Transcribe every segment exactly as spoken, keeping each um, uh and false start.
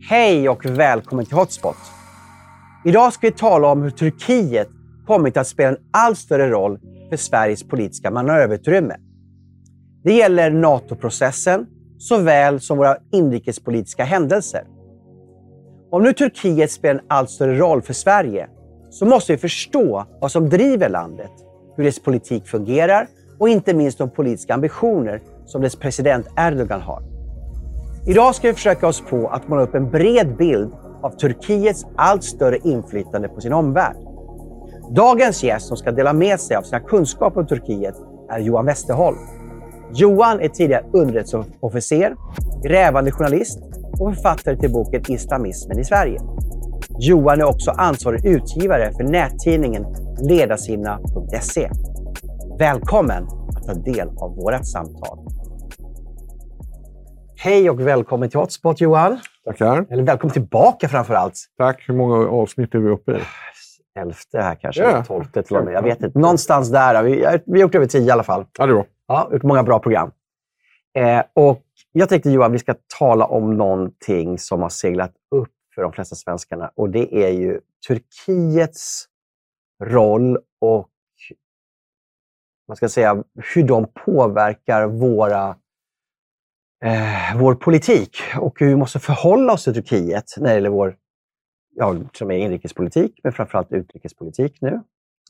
Hej och välkommen till Hotspot. Idag ska vi tala om hur Turkiet kommit att spela en allt större roll för Sveriges politiska manöverutrymme. Det gäller NATO-processen såväl som våra inrikespolitiska händelser. Om nu Turkiet spelar en allt större roll för Sverige så måste vi förstå vad som driver landet, hur dess politik fungerar och inte minst de politiska ambitioner som dess president Erdogan har. Idag ska vi försöka oss på att måla upp en bred bild av Turkiets allt större inflytande på sin omvärld. Dagens gäst som ska dela med sig av sina kunskaper om Turkiet är Johan Westerholm. Johan är tidigare underrättelseofficer, grävande journalist och författare till boken Islamismen i Sverige. Johan är också ansvarig utgivare för nättidningen ledarsimna punkt se. Välkommen att ta del av vårt samtal. Hej och välkommen till Hotspot, Johan. Tackar. Eller välkommen tillbaka framför allt. Tack. Hur många avsnitt är vi uppe i? Elfte här kanske, ja. tolfte till och med. Jag vet inte. Någonstans där. Vi, vi har gjort över tio i alla fall. Ja, det är bra. Ja, gjort många bra program. Eh, och jag tänkte, Johan, vi ska tala om någonting som har seglat upp för de flesta svenskarna. Och det är ju Turkiets roll och man ska säga hur de påverkar våra Eh, vår politik och hur vi måste förhålla oss till Turkiet när det gäller vår, ja, som är inrikespolitik, men framförallt utrikespolitik nu.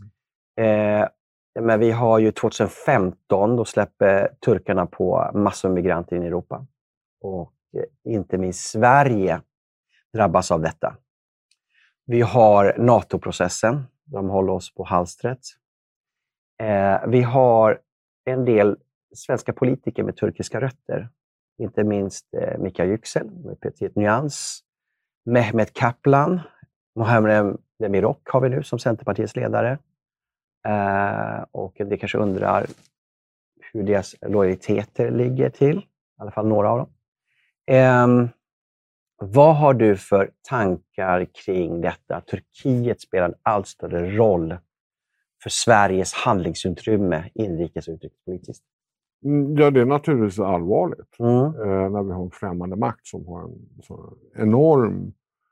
Eh, men vi har ju tjugohundrafemton, då släpper turkarna på massor av migranter in i Europa. Och eh, inte minst Sverige drabbas av detta. Vi har NATO-processen, de håller oss på halstret. Eh, vi har en del svenska politiker med turkiska rötter. Inte minst eh, Mikael Yüksel, med Petit Nyans, Mehmet Kaplan, Muharrem Demirok har vi nu som Centerpartiets ledare. Eh, och det kanske undrar hur deras lojaliteter ligger till, i alla fall några av dem. Eh, vad har du för tankar kring detta? Turkiet spelar en allt större roll för Sveriges handlingsutrymme inrikes- och utrikespolitiskt. Ja, det är naturligtvis allvarligt mm. eh, när vi har en främmande makt som har en så enorm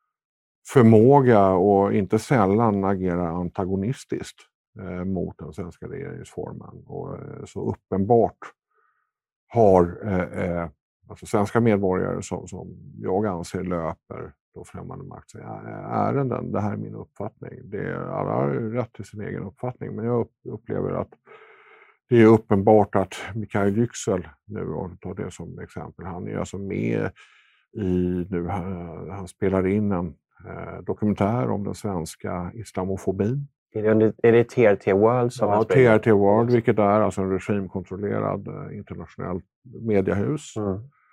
förmåga och inte sällan agerar antagonistiskt eh, mot den svenska regeringsformen. Och eh, så uppenbart har eh, eh, alltså svenska medborgare som, som jag anser löper då främmande makt så ärenden. Det här är min uppfattning. Det är, alla har rätt till sin egen uppfattning, men jag upplever att det är uppenbart att Mikael Yüksel, nu och tar det som exempel, han är alltså med i, nu han spelar in en eh, dokumentär om den svenska islamofobin. Är det, är det T R T World som ja, T R T World, vilket är alltså en regimkontrollerad eh, internationell mediehus. Mm.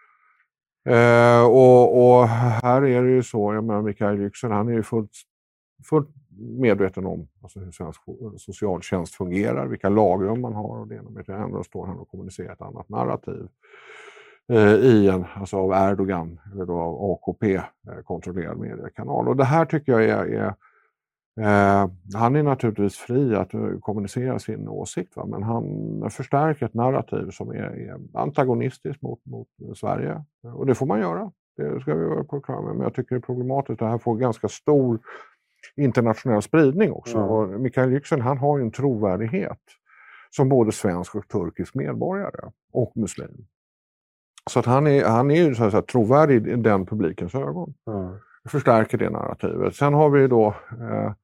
Eh, och, och här är det ju så, jag menar Mikael Yüksel, han är ju fullt, fullt medveten om alltså hur svensk socialtjänst fungerar, vilka lagrum man har och det ena med det andra, och står han och kommunicerar ett annat narrativ eh, i en, alltså av Erdogan eller då av A K P eh, kontrollerad mediekanal. Och det här tycker jag är, är eh, han är naturligtvis fri att uh, kommunicera sin åsikt, va? Men han förstärker ett narrativ som är, är antagonistiskt mot, mot Sverige, och det får man göra, det ska vi vara på klar med, men jag tycker det är problematiskt, det här får ganska stor internationell spridning också. Mm. Och Mikael Yüksel, han har ju en trovärdighet som både svensk och turkisk medborgare och muslim. Så att han är, han är ju så att säga trovärdig i den publikens ögon. Mm. Förstärker det narrativet. Sen har vi då eh,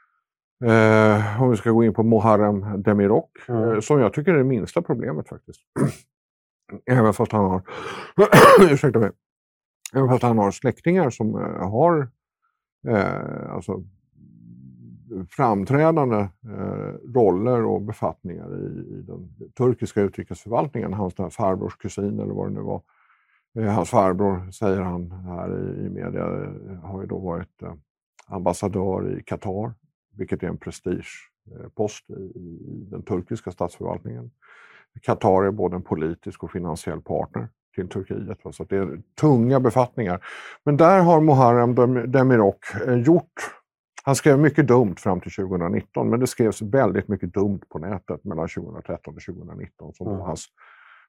eh, om vi ska gå in på Muharrem Demirok, mm. eh, som jag tycker är det minsta problemet faktiskt. Även fast han har ursäkta mig. Även fast han har släktingar som eh, har Eh, alltså framträdande eh, roller och befattningar i, i den turkiska utrikesförvaltningen. Hans farbrors kusin eller vad det nu var. Eh, hans farbror, säger han här i, i media, har ju då varit eh, ambassadör i Qatar, vilket är en prestigepost i, i den turkiska statsförvaltningen. Qatar är både en politisk och finansiell partner till Turkiet. Så det är tunga befattningar. Men där har Muharrem Demirok gjort, han skrev mycket dumt fram till tjugonitton, men det skrevs väldigt mycket dumt på nätet mellan tjugotretton och tjugonitton som mm. var hans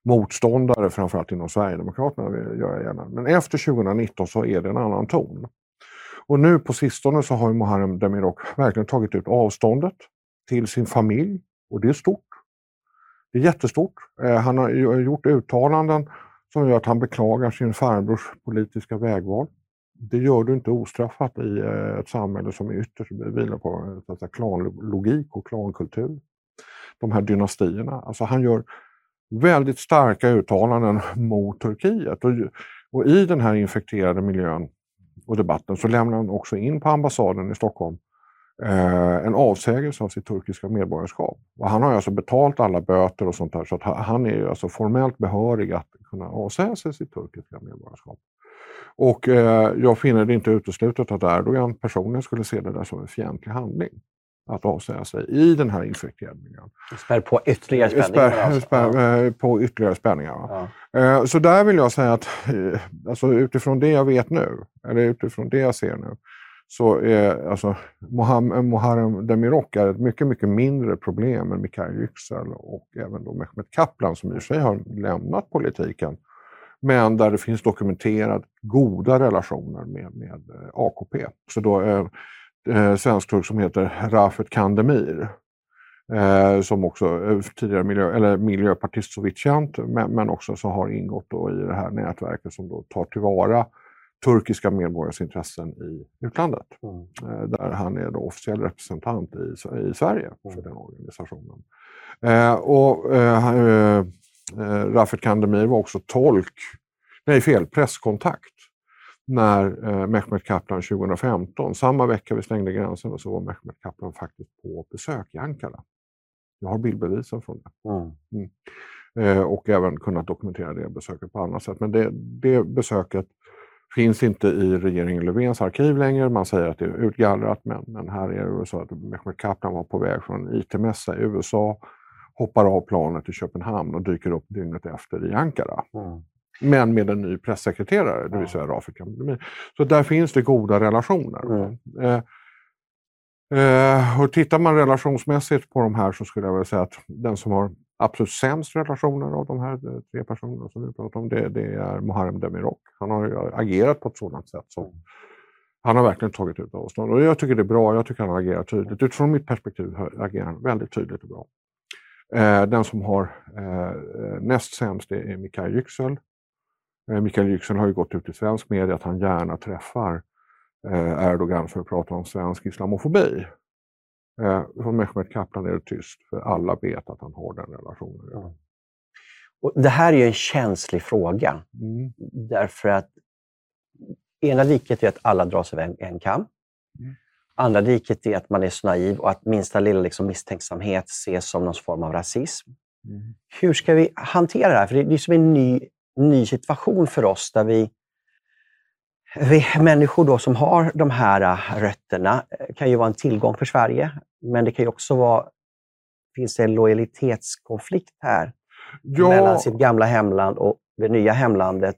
motståndare, framförallt inom Sverigedemokraterna, vill göra gärna. Men efter tjugonitton så är det en annan ton. Och nu på sistone så har ju Muharrem Demirok verkligen tagit ut avståndet till sin familj. Och det är stort. Det är jättestort. Eh, han har gjort uttalanden som gör att han beklagar sin farbrors politiska vägval. Det gör du inte ostraffat i eh, ett samhälle som är ytterst vilar på eh, klanlogik och klankultur. De här dynastierna. Alltså han gör väldigt starka uttalanden mot Turkiet. Och, och i den här infekterade miljön och debatten så lämnar han också in på ambassaden i Stockholm eh, en avsägelse av sitt turkiska medborgarskap. Och han har alltså betalt alla böter och sånt där, så att han är ju alltså formellt behörig att kunna avsäga sig sitt turkiska medborgarskap. Och eh, jag finner det inte uteslutet att Erdogan personligen skulle se det där som en fientlig handling. Att avsäga sig i den här infekterade miljön. Spär på ytterligare spänningar. Spär, alltså. spär, på ytterligare spänningar. Ja. Så där vill jag säga att alltså, utifrån det jag vet nu, eller utifrån det jag ser nu, så är alltså, Muharrem Demirok är ett mycket, mycket mindre problem än Mikail Yüksel och även då Mehmet Kaplan som i sig har lämnat politiken. Men där det finns dokumenterat goda relationer med, med A K P. Så då är eh, svensk-turk som heter Rafet Kandemir. Eh, som också eh, tidigare miljö, eller miljöpartist så vitt känt, men, men också så har ingått då i det här nätverket som då tar tillvara turkiska medborgares intressen i utlandet. Mm. Eh, där han är då officiell representant i, i Sverige för mm. den organisationen. Eh, och eh, eh, Rafet Kandemir var också tolk, nej fel, presskontakt när eh, Mehmet Kaplan tjugohundrafemton, samma vecka vi stängde gränsen, så var Mehmet Kaplan faktiskt på besök i Ankara. Jag har bildbevisen från det. Mm. Mm. Eh, och även kunnat dokumentera det besöket på annat sätt. Men det, det besöket finns inte i regeringen Löfvens arkiv längre. Man säger att det är utgallrat, men, men här är det så att Mehmet Kaplan var på väg från I T-mässa i U S A, hoppar av planet i Köpenhamn och dyker upp dygnet efter i Ankara. Mm. Men med en ny pressekreterare, det vill säga Rafet Kandemir. Så där finns det goda relationer. Mm. Eh, eh, och tittar man relationsmässigt på de här så skulle jag vilja säga att den som har absolut sämst relationer av de här tre personerna som vi pratar om, det, det är Muharrem Demirok. Han har agerat på ett sådant sätt som han har verkligen tagit ut avstånd. Och jag tycker det är bra, jag tycker han agerar tydligt. Utifrån mitt perspektiv agerar han väldigt tydligt och bra. Eh, den som har eh, näst sämst är Mikail Yüksel. Eh, Mikail Yüksel har ju gått ut i svensk media att han gärna träffar eh, Erdogan för att prata om svensk islamofobi. Eh, från Mehmet Kaplan är det tyst, för alla vet att han har den relationen. Mm. Och det här är ju en känslig fråga. Mm. Därför att ena diket är att alla dras över en, en kam. Mm. Andra diket är att man är så naiv och att minsta lilla liksom misstänksamhet ses som någon form av rasism. Mm. Hur ska vi hantera det här? För det är som en ny, ny situation för oss där vi, vi människor då som har de här rötterna kan ju vara en tillgång för Sverige. Men det kan ju också vara, finns det en lojalitetskonflikt här ja. mellan sitt gamla hemland och det nya hemlandet.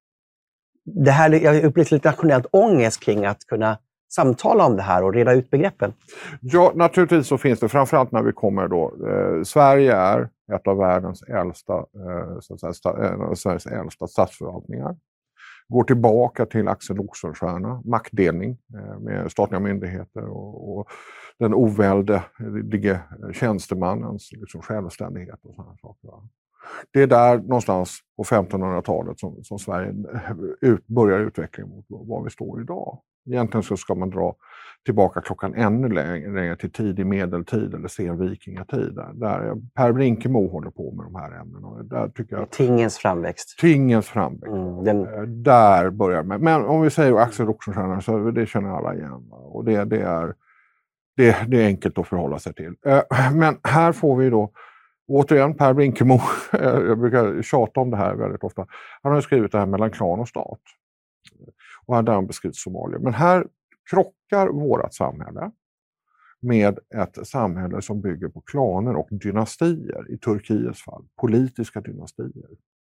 Det här, jag har upplevt lite nationellt ångest kring att kunna samtala om det här och reda ut begreppen. Ja, naturligtvis så finns det, framförallt när vi kommer då. Eh, Sverige är ett av världens äldsta, eh, så att säga, sta, eh, Sveriges äldsta statsförvaltningar. Går tillbaka till Axel Oxenstierna, maktdelning eh, med statliga myndigheter och, och den oväldige tjänstemannens liksom, självständighet och sådana saker. Det är där någonstans på femtonhundratalet som, som Sverige ut, börjar utvecklingen mot var vi står idag. Egentligen så ska man dra tillbaka klockan ännu längre till tidig medeltid eller sen vikingatid. Där, där Per Brinkemo håller på med de här ämnena. Där tycker jag att, tingens framväxt. Tingens framväxt. Mm, den... Där börjar man. Men om vi säger Axel Oxenstierna så det känner alla igen. Och det, det, är, det, det är enkelt att förhålla sig till. Men här får vi då återigen Per Brinkemo, jag brukar tjata om det här väldigt ofta. Han har skrivit det här mellan klan och stat. Och han har beskrivit Somalia. Men här krockar vårt samhälle med ett samhälle som bygger på klaner och dynastier. I Turkiets fall, politiska dynastier.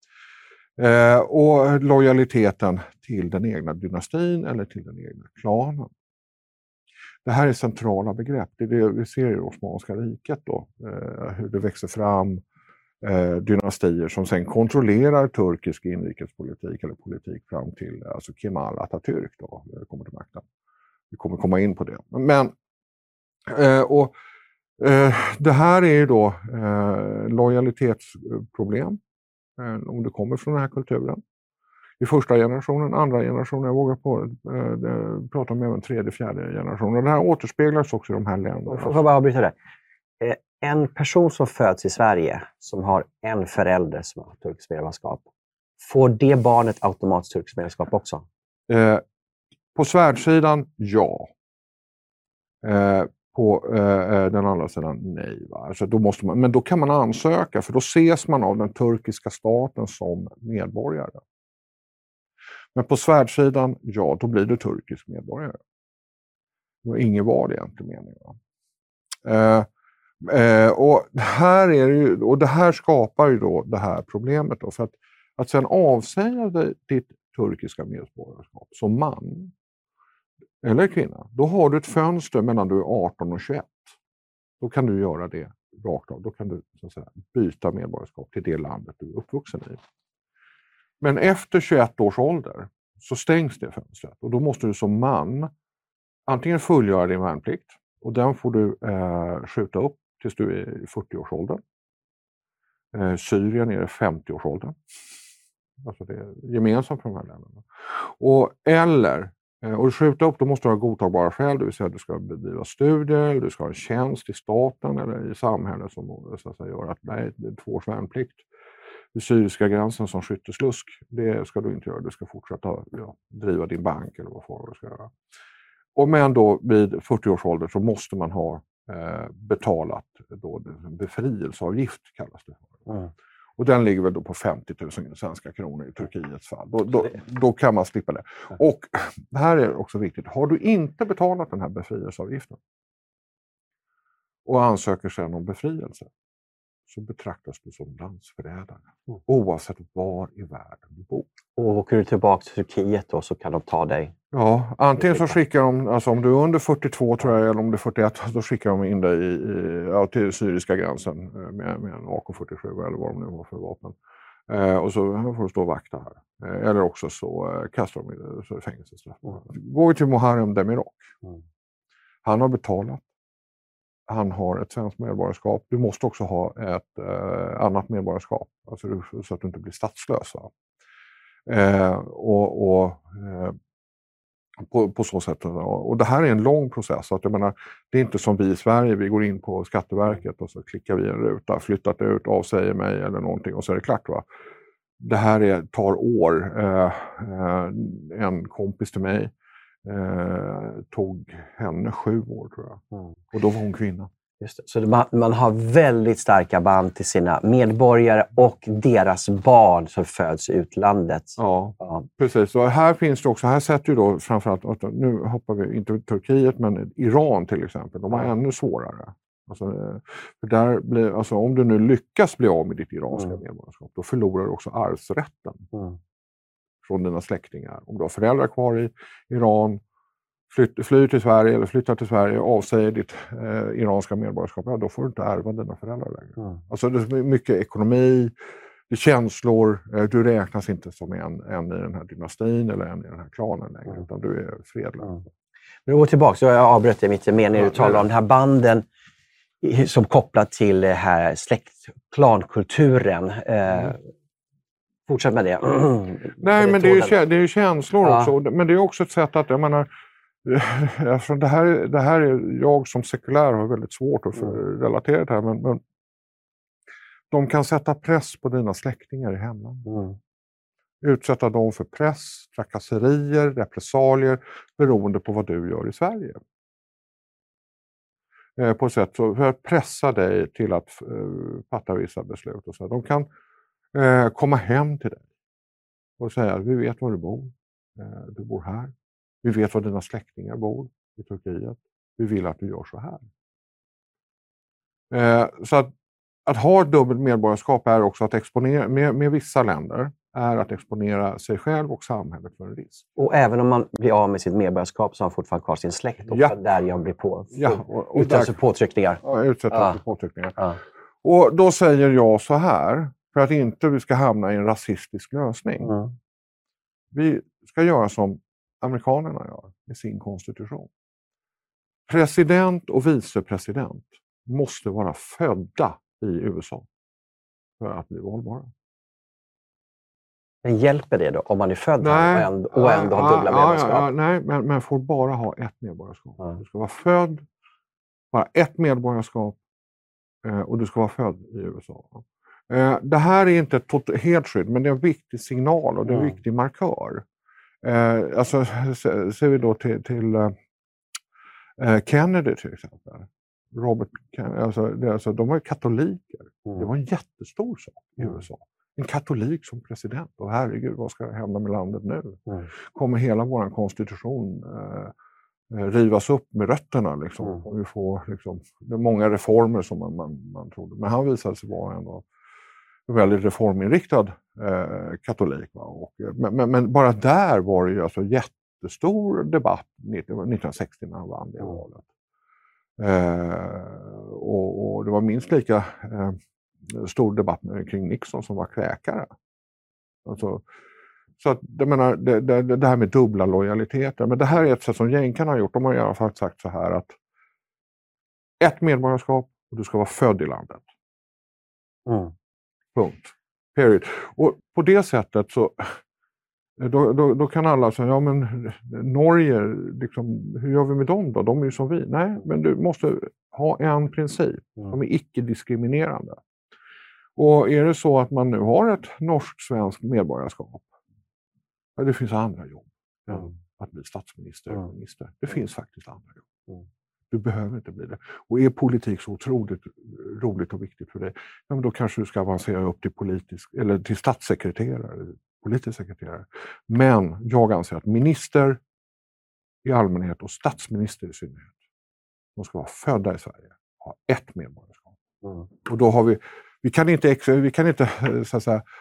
Eh, och lojaliteten till den egna dynastin eller till den egna klanen. Det här är centrala begrepp. Det är det vi ser i Osmanska riket då. Eh, hur det växer fram. eh, dynastier som sen kontrollerar turkisk inrikespolitik eller politik fram till alltså Kemal Atatürk då, kommer till makten. Vi kommer komma in på det. Men eh, och, eh, det här är ju då eh, lojalitetsproblem eh, om du kommer från den här kulturen. I första generationen, andra generationen, jag vågar på, eh, prata om även tredje, fjärde generationen. Det här återspeglas också i de här länderna. Får jag bara avbryta det? Eh, en person som föds i Sverige som har en förälder som har turkiskt medborgarskap, får det barnet automatiskt turkiskt medborgarskap också? Eh, på svärdsidan, ja. Eh, på eh, den andra sidan, nej. Va? Alltså, då måste man, men då kan man ansöka, för då ses man av den turkiska staten som medborgare. Men på svärdsidan, ja, då blir du turkisk medborgare. Det var inget val egentligen meningen. Eh, eh, och, här är det ju, och det här skapar ju då det här problemet. Då, för att, att sen avsäga dig ditt turkiska medborgarskap som man eller kvinna, då har du ett fönster mellan du är arton och tjugoett. Då kan du göra det rakt av. Då kan du så att säga, byta medborgarskap till det landet du är uppvuxen i. Men efter tjugoett års ålder så stängs det fönstret. Och då måste du som man antingen fullgöra din värnplikt. Och den får du eh, skjuta upp tills du är i fyrtio-årsåldern. Eh, Syrien är det femtio-årsåldern. Alltså det är gemensamt för de här länderna. Och, eller, eh, och skjuta upp, då måste du ha godtagbara skäl. Det vill säga att du ska bedriva studier, du ska ha en tjänst i staten eller i samhället som så att säga, gör att nej, det är två års värnplikt. Den syriska gränsen som skytteslusk, det ska du inte göra. Du ska fortsätta ja, driva din bank eller vad fan du ska göra. Och men då vid fyrtio års ålder så måste man ha eh, betalat då, befrielseavgift kallas det för. Mm. Och den ligger väl då på femtio tusen svenska kronor i Turkiets fall. Då, då, då kan man slippa det. Och det här är också viktigt. Har du inte betalat den här befrielseavgiften och ansöker sedan om befrielse, så betraktas du som landsförrädare. Mm. Oavsett var i världen du bor. Och åker du tillbaka till Turkiet då så kan de ta dig? Ja, antingen så skickar de, alltså om du är under fyrtiotvå tror jag, eller om du är fyrtioett, då skickar de in dig i, i, ja, till syriska gränsen med, med en A K fyrtiosju eller vad de nu har för vapen. Eh, och så får du stå och vakta här. Eh, eller också så eh, kastar de i så fängelsestraff. Mm. Går vi till Muharrem Demirok. Mm. Han har betalat. Han har ett svenskt medborgarskap. Du måste också ha ett eh, annat medborgarskap. Alltså, så att du inte blir statslös. Eh, och och eh, på, på så sätt. Och det här är en lång process. Så att jag menar, det är inte som vi i Sverige. Vi går in på Skatteverket och så klickar vi en ruta. Flyttat ut, avsäger mig eller någonting och så är det klart. Va? Det här är, tar år. Eh, eh, en kompis till mig Eh, tog henne sju år tror jag. Mm. Och då var hon kvinna. Just det. Så man, man har väldigt starka band till sina medborgare och deras barn som föds i utlandet. Ja, ja. Precis. Och här finns det också, här sätter ju då framförallt, nu hoppar vi inte till Turkiet, men Iran till exempel, de har mm. ännu svårare. Alltså, för där blir, alltså, om du nu lyckas bli av med ditt iranska mm. medborgarskap, då förlorar du också arvsrätten. Mm. Från dina släktingar. Om du har föräldrar kvar i Iran, flytt, flyr till Sverige eller flyttar till Sverige och avsäger ditt eh, iranska medborgarskap, ja, då får du inte ärva dina föräldrar längre. Mm. Alltså det är mycket ekonomi, det är känslor, eh, du räknas inte som en, en i den här dynastin eller en i den här klanen längre, mm. utan du är fredlös. Mm. Men gå tillbaka, så jag avbröt det mitt i meningen, du talar om den här banden som kopplat till här släkt-klankulturen. Eh, mm. Fortsätt med det. Mm. Nej, men det är, ju, det är ju känslor ja. också. Men det är också ett sätt att, jag menar, alltså det, här, det här är jag som sekulär har väldigt svårt att mm. relatera till det här. Men, men de kan sätta press på dina släktingar i hemlandet. Mm. Utsätta dem för press, trakasserier, repressalier beroende på vad du gör i Sverige. Eh, på ett sätt så, för att pressa dig till att uh, fatta vissa beslut. Och så. De kan Eh, komma hem till dig och säga att vi vet var du bor. Eh, du bor här. Vi vet var dina släktingar bor i Turkiet. Vi vill att du gör så här. Eh, så att, att ha ett dubbelt medborgarskap är också att exponera, med, med vissa länder, är att exponera sig själv och samhället för en risk. Och även om man blir av med sitt medborgarskap så har man fortfarande kvar sin släkt. Och ja. Där jag blir på. Ja, och, och utsätts för påtryckningar. Ja, utsätts ja. för påtryckningar. Ja. Och då säger jag så här, för att inte vi ska hamna i en rasistisk lösning. Mm. Vi ska göra som amerikanerna gör med sin konstitution. President och vicepresident måste vara födda i U S A för att bli valbara. Men hjälper det då om man är född här och ändå, och ändå har dubbla medborgarskap? Ja, ja, nej, men man får bara ha ett medborgarskap. Ja. Du ska vara född, bara ett medborgarskap eh, och du ska vara född i U S A. Eh, det här är inte ett tot- helt skydd, men det är en viktig signal och det är en Mm. viktig markör. Eh, alltså ser vi då till, till eh, Kennedy till exempel. Robert Kennedy, alltså, det, alltså, de var ju katoliker. Mm. Det var en jättestor sak i Mm. U S A. En katolik som president. Och herregud, vad ska hända med landet nu? Mm. Kommer hela vår konstitution eh, rivas upp med rötterna? Liksom. Mm. Och vi får liksom, det är många reformer som man, man, man trodde. Men han visade sig vara ändå en väldigt reforminriktad eh, katolik. Va? Och, men, men, men bara där var det ju alltså jättestor debatt nittonhundrasextio när han vann det valet. Eh, och, och det var minst lika eh, stor debatt kring Nixon som var kräkare. Alltså, så att, jag menar, det, det, det här med dubbla lojaliteter. Men det här är ett sätt som jänkarna har gjort. De har i alla fall sagt så här att ett medborgarskap och du ska vara född i landet. Mm. Punkt. Period. Och på det sättet så då, då, då kan alla säga, ja men Norge, liksom, hur gör vi med dem då? De är ju som vi. Nej, men du måste ha en princip som är icke-diskriminerande. Och är det så att man nu har ett norskt-svenskt medborgarskap, ja, det finns andra jobb än Mm. att bli statsminister Mm. eller minister. Det finns faktiskt andra jobb. Mm. Du behöver inte bli det. Och är politik så otroligt roligt och viktigt för dig, ja, men då kanske du ska avancera upp till politisk eller till statssekreterare, politisk sekreterare. Men jag anser att minister i allmänhet och statsminister i synnerhet, de ska vara födda i Sverige, ha ett medborgarskap. Mm. Och då har vi, vi kan inte, vi kan inte så att säga,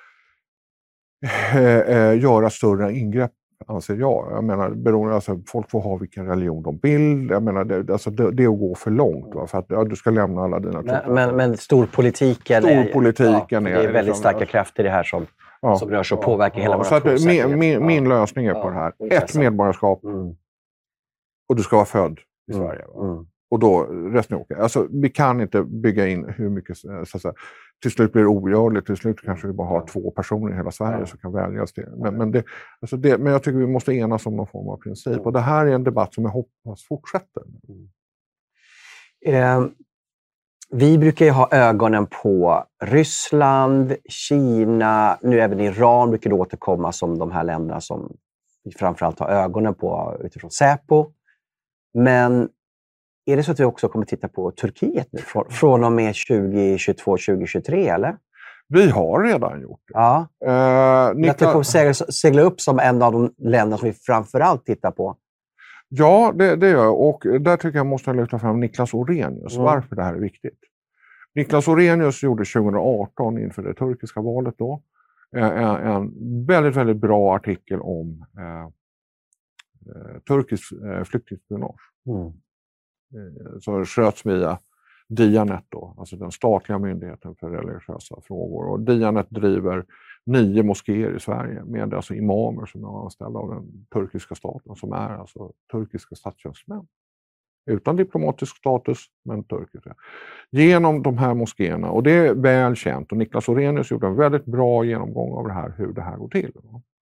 äh, göra större ingrepp, anser jag. Jag menar, beroende, alltså, folk får ha vilken religion de vill. Jag menar, det, alltså, det, det är att gå för långt. Va? För att ja, du ska lämna alla dina... Men, men, men storpolitiken, storpolitiken är, är... ja, det är väldigt liksom, starka krafter i det här som, ja, som rör sig och ja, påverkar ja, hela vår så att, min, min, min ja. lösning är ja, på det här. intressant. Ett medborgarskap Mm. och du ska vara född i Mm. Sverige. Va? Mm. Och då resten är okej. Alltså, vi kan inte bygga in hur mycket... Så att säga, till slut blir det ogörligt. Till slut kanske vi bara har två personer i hela Sverige ja. som kan väljas till. Men, men, det, alltså det, men jag tycker vi måste enas om någon form av princip. Mm. Och det här är en debatt som jag hoppas fortsätter. Mm. Eh, vi brukar ju ha ögonen på Ryssland, Kina, nu även Iran brukar det återkomma som de här länderna som vi framförallt har ögonen på utifrån Säpo. Men är det så att vi också kommer titta på Turkiet nu från, från och med tjugo tjugotvå tjugo tjugotre, eller? Vi har redan gjort det. Ja. Uh, Nikla... Att det kommer segla, segla upp som en av de länder som vi framförallt tittar på. Ja, det, det gör jag. Och där tycker jag måste jag lyfta fram Niklas Orrenius. Mm. Varför det här är viktigt. Niklas Orrenius gjorde tjugo arton inför det turkiska valet då en, en väldigt, väldigt bra artikel om eh, turkisk eh, flyktingspionage. Mm. Så sköts via Diyanet då, alltså den statliga myndigheten för religiösa frågor. Och Diyanet driver nio moskéer i Sverige med alltså imamer som är anställda av den turkiska staten, som är alltså turkiska statstjänstemän. Utan diplomatisk status, men turkiska. Genom de här moskéerna, och det är väl känt, och Niklas Orrenius gjorde en väldigt bra genomgång av det här, hur det här går till.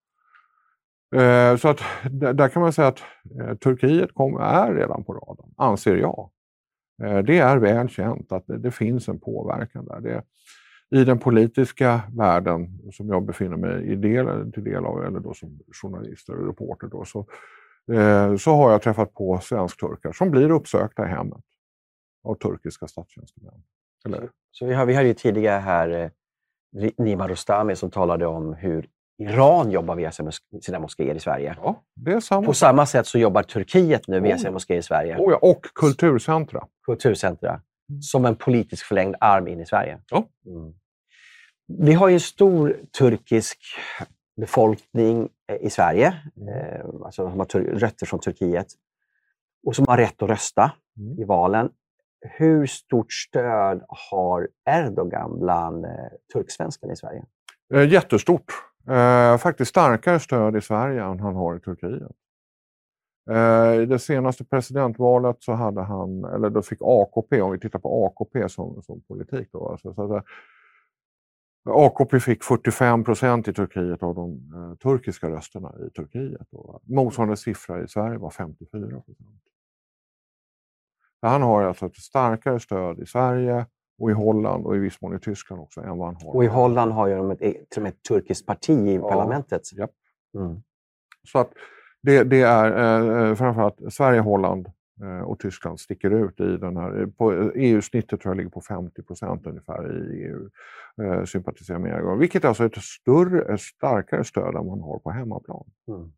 Så att där kan man säga att Turkiet kom, är redan på radarn, anser jag. Det är väl känt att det, det finns en påverkan där. Det, i den politiska världen som jag befinner mig i del, till del av, eller då som journalist eller reporter då, så, eh, så har jag träffat på svensk-turkar som blir uppsökta i hemmet av turkiska statstjänstemän. Eller? Så vi, har, vi hade ju tidigare här eh, Nima Rostami som talade om hur Iran jobbar via sina moskéer i Sverige. Ja, det är samma. På samma sätt så jobbar Turkiet nu via sina moskéer i Sverige. Oh ja, och kulturcentra. Kulturcentra. Mm. Som en politisk förlängd arm in i Sverige. Ja. Mm. Vi har ju en stor turkisk befolkning i Sverige. Eh, alltså som har rötter från Turkiet. Och som har rätt att rösta mm. i valen. hur stort stöd har Erdogan bland eh, turksvenskarna i Sverige? Eh, jättestort. Eh, faktiskt starkare stöd i Sverige än han har i Turkiet. I det senaste presidentvalet så hade han, eller då fick A K P, om vi tittar på A K P som, som politik då, alltså, så att, A K P fick fyrtiofem procent i Turkiet av de eh, turkiska rösterna i Turkiet. Då. Motsvarande siffra i Sverige var femtiofyra procent. Han har alltså ett starkare stöd i Sverige och i Holland och i viss mån i Tyskland också än vad han har. Och i Holland har ju de ett, till och med ett turkiskt parti i ja, parlamentet. Ja. Mm. Så att det, det är eh, framförallt Sverige, Holland eh, och Tyskland sticker ut i den här. På E U-snittet tror jag ligger på femtio procent ungefär i E U eh, sympatiserar med Erdogan. Vilket alltså är ett större, starkare stöd än man har på hemmaplan. Mm.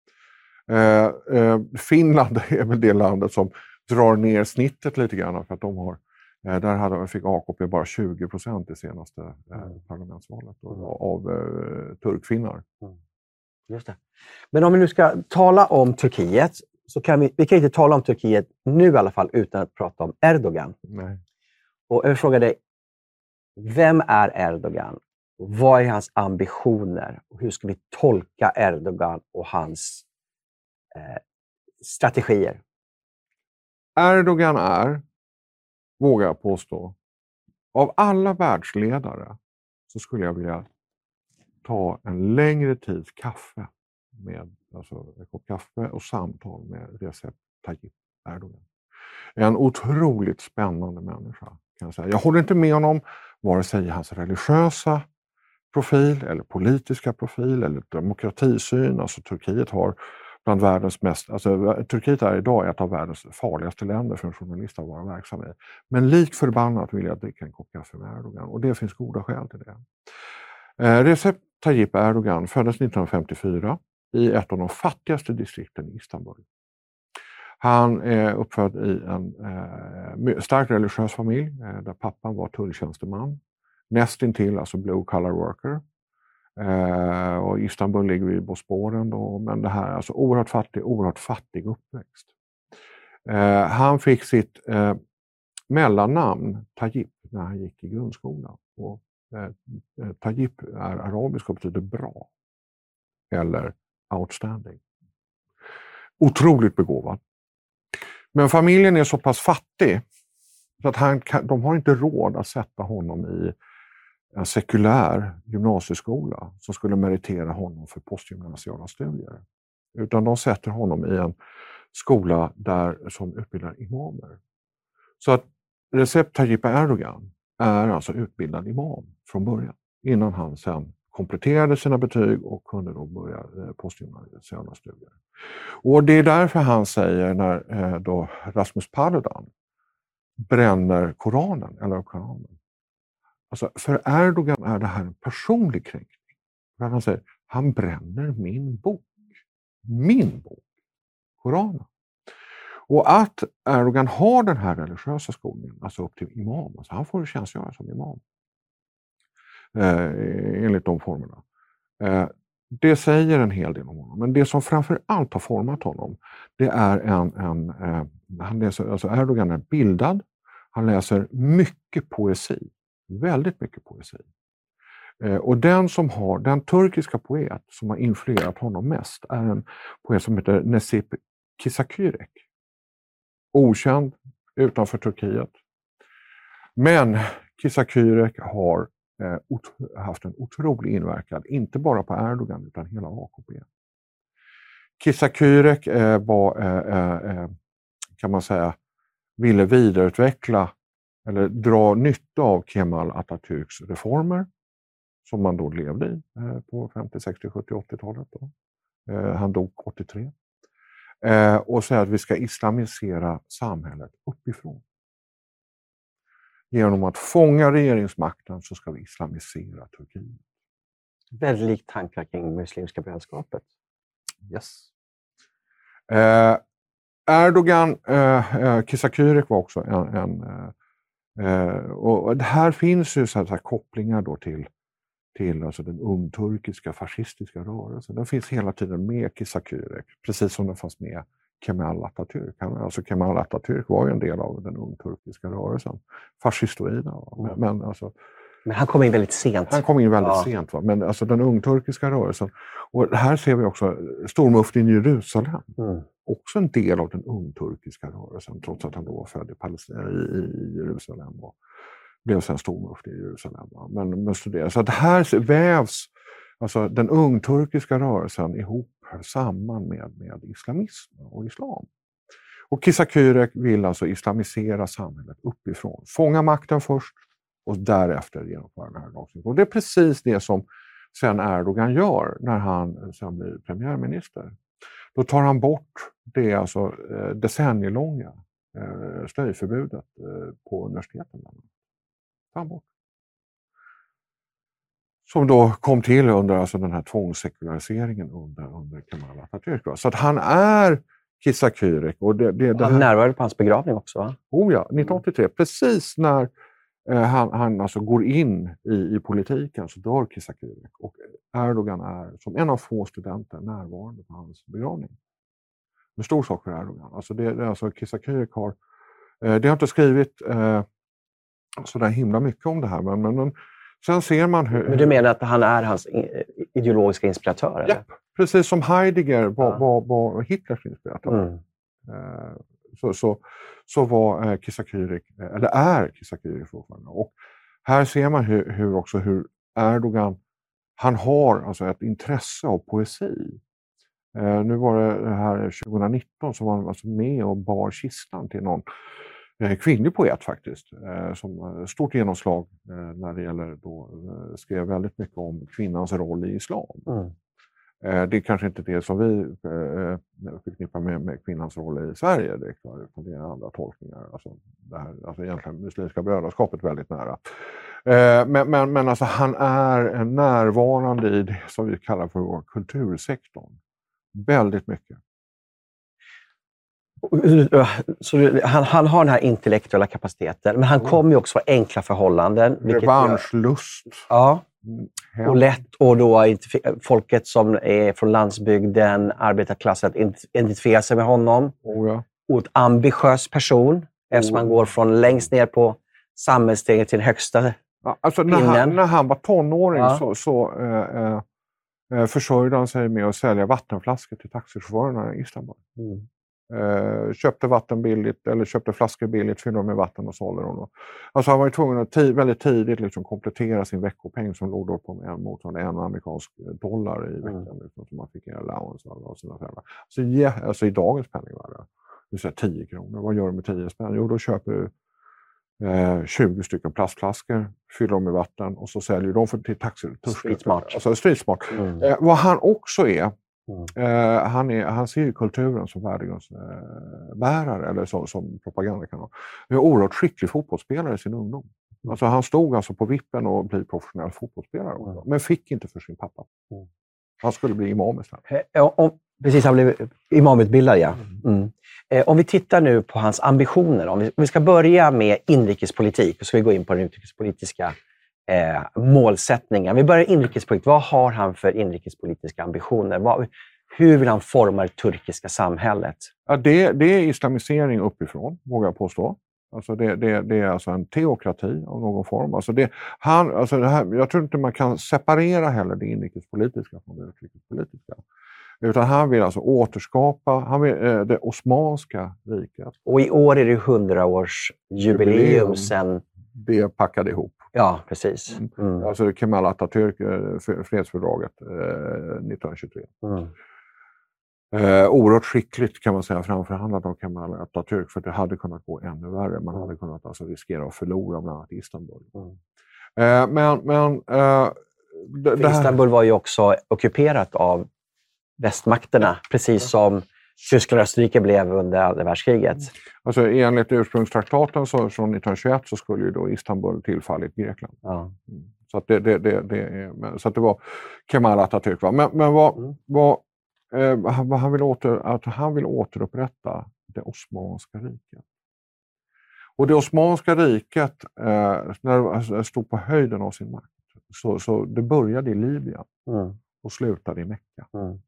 Eh, eh, Finland är väl det landet som drar ner snittet lite grann för att de har, eh, där hade, fick A K P bara tjugo procent i senaste eh, parlamentsvalet då, mm. av eh, turkfinnar. Mm. Just det. Men om vi nu ska tala om Turkiet så kan vi, vi kan inte tala om Turkiet nu i alla fall utan att prata om Erdogan. Nej. Och jag vill fråga dig, vem är Erdogan? Vad är hans ambitioner? Och hur ska vi tolka Erdogan och hans eh, strategier? Erdogan är, vågar jag påstå, av alla världsledare så skulle jag vilja ta en längre tids kaffe med, alltså en kopp kaffe och samtal med Recep Tayyip Erdogan. En otroligt spännande människa kan jag säga. Jag håller inte med honom vare sig i hans religiösa profil eller politiska profil eller demokratisyn. Alltså Turkiet har bland världens mest, alltså Turkiet är idag ett av världens farligaste länder för en journalist att vara verksam i. Men lik förbannat vill jag dricka en kopp kaffe med Erdogan och det finns goda skäl till det. Eh, Recep Tayyip Erdogan föddes nittonhundrafemtiofyra i ett av de fattigaste distrikten i Istanbul. Han är uppfödd i en eh, starkt religiös familj eh, där pappan var tulltjänsteman. Nästintill, alltså blue collar worker. Eh, och Istanbul ligger vid Bosporen då, men det här är alltså oerhört fattig, oerhört fattig uppväxt. Eh, han fick sitt eh, mellannamn Tayyip när han gick i grundskolan. Och eh, Tayyip är arabisk och betyder bra eller outstanding. Otroligt begåvad. Men familjen är så pass fattig så att han kan, de har inte råd att sätta honom i en sekulär gymnasieskola som skulle meritera honom för postgymnasiala studier. Utan de sätter honom i en skola där, som utbildar imamer. Så att Recep Tayyip Erdogan är alltså utbildad imam från början. Innan han sen kompletterade sina betyg och kunde då börja postgymnasiala studier. Och det är därför han säger när då Rasmus Paludan bränner Koranen, eller Koranen. Alltså för Erdogan är det här en personlig kränkning. För han säger, han bränner min bok. Min bok. Koranen. Och att Erdogan har den här religiösa skolningen, alltså upp till imam. Alltså han får tjänstgöra som imam. Eh, enligt de formerna. Eh, det säger en hel del om honom. Men det som framför allt har format honom, det är en... en eh, han läser, alltså Erdogan är bildad. Han läser mycket poesi. Väldigt mycket poesi. Eh, och den som har, den turkiska poet som har influerat honom mest är en poet som heter Necip Kisakürek. Okänd utanför Turkiet. Men Kisakürek har eh, ot- haft en otrolig inverkan, inte bara på Erdogan utan hela A K P. Kisakürek eh, var, eh, eh, kan man säga, ville vidareutveckla eller dra nytta av Kemal Atatürks reformer som man då levde i eh, på femtio, sextio, sjuttio, åttio-talet. Då. Eh, han dog åttiotre. Eh, och säga att vi ska islamisera samhället uppifrån. Genom att fånga regeringsmakten så ska vi islamisera Turkiet. Väldigt likt tankar kring Muslimska brödraskapet. Yes. Eh, Erdogan, eh, eh, Kisakürek var också en... en eh, och det här finns ju så här, så här kopplingar då till, till alltså den ungturkiska fascistiska rörelsen. Den finns hela tiden med Kisakürek, precis som den fanns med Kemal Atatürk. Han, alltså Kemal Atatürk var ju en del av den ungturkiska rörelsen. Fascistoida. Men, men, alltså, men han kom in väldigt sent. Han kom in väldigt ja. sent. Va? Men alltså den ungturkiska rörelsen. Och här ser vi också stormuftin i Jerusalem. Mm. Också en del av den ungturkiska rörelsen. Trots att han då var född i, Palestina, i, i Jerusalem. Och blev sen stormufti i Jerusalem. Va? Men, men studerar. Så att här vävs alltså, den ungturkiska rörelsen ihop samman med, med islamism och islam. Och Kisa Kürek vill alltså islamisera samhället uppifrån. Fånga makten först och därefter genomföra den här lagstiftningen. Och det är precis det som sen Erdogan gör när han sen blir premiärminister. Då tar han bort det alltså decennielånga slöjförbudet på universiteten. Tar han bort. Som då kom till under alltså den här tvångssekulariseringen under, under Kemal Atatürk. Så att han är Kisa Kürek. Och det, det, det han här... närvarade på hans begravning också, va? Oh ja, nittonhundraåttiotre. Precis när eh, han, han alltså går in i, i politiken så dör Kisa Kürek. Och Erdogan är som en av få studenter närvarande på hans begravning. En stor sak för Erdogan. Alltså det, det, alltså Kisa Kürek har... Eh, det har inte skrivit eh, så där himla mycket om det här. Men... men, men sen ser man hur... Men du menar att han är hans ideologiska inspiratör? Eller? Ja, precis som Heidegger var, ja. var, var Hitlers inspiratör. Mm. Uh, så, så, så var uh, Kisa Kürek, eller är Kisa Kürek fortfarande. Och här ser man hur, hur också hur Erdogan, han har alltså ett intresse av poesi. Uh, nu var det här tjugonitton som var han alltså med och bar kistan till någon kvinnlig poet faktiskt, som stort genomslag när det gäller då, skrev väldigt mycket om kvinnans roll i islam. Mm. Det är kanske inte det som vi förknippar med, med kvinnans roll i Sverige, det är, klar, utan det är andra tolkningar. Alltså, det här, alltså egentligen muslimska brödraskapet väldigt nära. Men, men, men alltså, han är närvarande i det som vi kallar för vår kultursektorn. Väldigt mycket. Så han, han har den här intellektuella kapaciteten, men han mm. kommer ju också från enkla förhållanden. Revanschlust. Ja, mm. och lätt och då folket som är från landsbygden, arbetarklassen, att identifiera sig med honom. Oh ja. Och ett ambitiös person, eftersom oh. han går från längst ner på samhällsstegen till den högsta ja, alltså när han, när han var tonåring ja. så, så äh, äh, försörjde han sig med att sälja vattenflaskor till taxichaufförerna i Istanbul. Mm. Uh, köpte vatten billigt eller köpte flaskor billigt, fyllde dem med vatten och sålde dem. Alltså han var ju tvungen att t- väldigt tidigt liksom komplettera sin veckopeng som låg då på en motsvarande en amerikansk dollar i veckan. Mm. Liksom, som man fick en allowance av sina föräldrar. Så ja, alltså i dagens penningvärde, det vill säga tio kronor. Vad gör du med tio spänn? Jo, då köper du uh, tjugo stycken plastflaskor, fyller dem med vatten och så säljer de för till taxi. Street smart. Alltså street smart. Mm. Uh, vad han också är, Mm. Uh, han, är, han ser ju kulturen som värdegrundsbärare uh, eller som, som propagandakanal. Han är en oerhört skicklig fotbollsspelare i sin ungdom. Mm. Alltså, han stod alltså på vippen och blev professionell fotbollsspelare. Mm. Men fick inte för sin pappa. Mm. Han skulle bli imam istället. Uh, om, precis, han blev imamutbildad, ja. Mm. Mm. Uh, om vi tittar nu på hans ambitioner. Om vi, om vi ska börja med inrikespolitik och så ska vi gå in på den utrikespolitiska Eh, målsättningar. Vi börjar inrikespolitik. Vad har han för inrikespolitiska ambitioner? Vad, hur vill han forma det turkiska samhället? Ja, det, det är islamisering uppifrån, vågar jag påstå. Alltså det, det, det är alltså en teokrati av någon form. Alltså det, han, alltså det här, jag tror inte man kan separera heller det inrikespolitiska från det utrikespolitiska. Utan han vill alltså återskapa han vill, eh, det osmanska riket. Och i år är det hundraårsjubileum sedan det packade ihop. Ja, precis. Mm. Alltså Kemal Atatürk, fredsfördraget eh, nittonhundratjugotre. Mm. Eh, oerhört skickligt kan man säga framförhandlat av Kemal Atatürk, för det hade kunnat gå ännu värre. Man hade kunnat alltså riskera att förlora bland annat Istanbul. Mm. Eh, men, men, eh, det, det här... Istanbul var ju också ockuperat av västmakterna, precis som Tyskland och Österrike blev under andra världskriget. Alltså enligt ursprungstraktaten så, från nittonhundratjugoett så skulle ju då Istanbul tillfallit Grekland. Ja. Mm. Så, att det, det, det, det är, så att det var Kemal Atatürk. Va? Men, men vad, mm. vad, eh, vad han, vill åter, att han vill återupprätta det osmanska riket. Och det osmanska riket, eh, när det stod på höjden av sin makt, så, så det började i Libyen mm. och slutade i Mekka. Mm.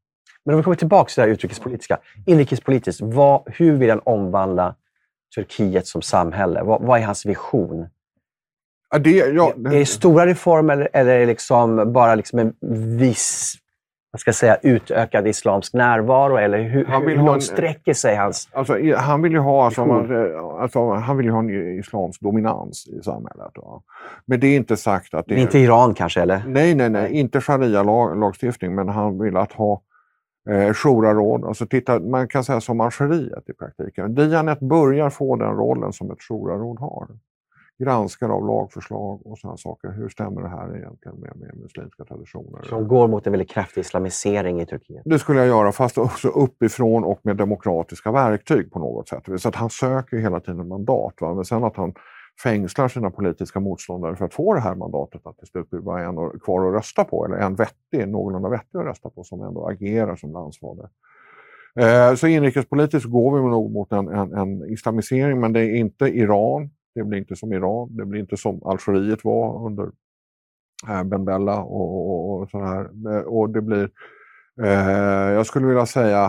Men om vi kommer tillbaka till det här utrikespolitiska. Inrikespolitiskt, vad, hur vill han omvandla Turkiet som samhälle? Vad, vad är hans vision? Ja, det, ja, det... Är det stora reformer eller, eller är det liksom bara liksom en viss, vad ska jag säga, utökad islamsk närvaro? Eller hur, han vill hur långt en... sträcker sig hans... Alltså, han vill ju ha, alltså, man, alltså, han vill ju ha en islamsk dominans i samhället. Ja. Men det är inte sagt att det... Men inte Iran kanske, eller? Nej, nej, nej. Inte sharia-lagstiftning, men han vill att ha eh, shura-råd. Alltså, titta, man kan säga som Algeriet i praktiken. Diyanet börjar få den rollen som ett shura-råd har. Granskar av lagförslag och sådana saker. Hur stämmer det här egentligen med, med muslimska traditioner? Som går mot en väldigt kraftig islamisering i Turkiet. Det skulle jag göra, fast också uppifrån och med demokratiska verktyg på något sätt. Så att han söker hela tiden mandat. Va? Men sen att han fängslar sina politiska motståndare för att få det här mandatet att det slut blir bara en kvar att rösta på. Eller en vettig, någorlunda vettig att rösta på som ändå agerar som landsfader. Eh, så inrikespolitiskt går vi nog mot en, en, en islamisering, men det är inte Iran. Det blir inte som Iran, det blir inte som Algeriet var under eh, Ben Bella och, och, och så här. Och det blir, eh, jag skulle vilja säga,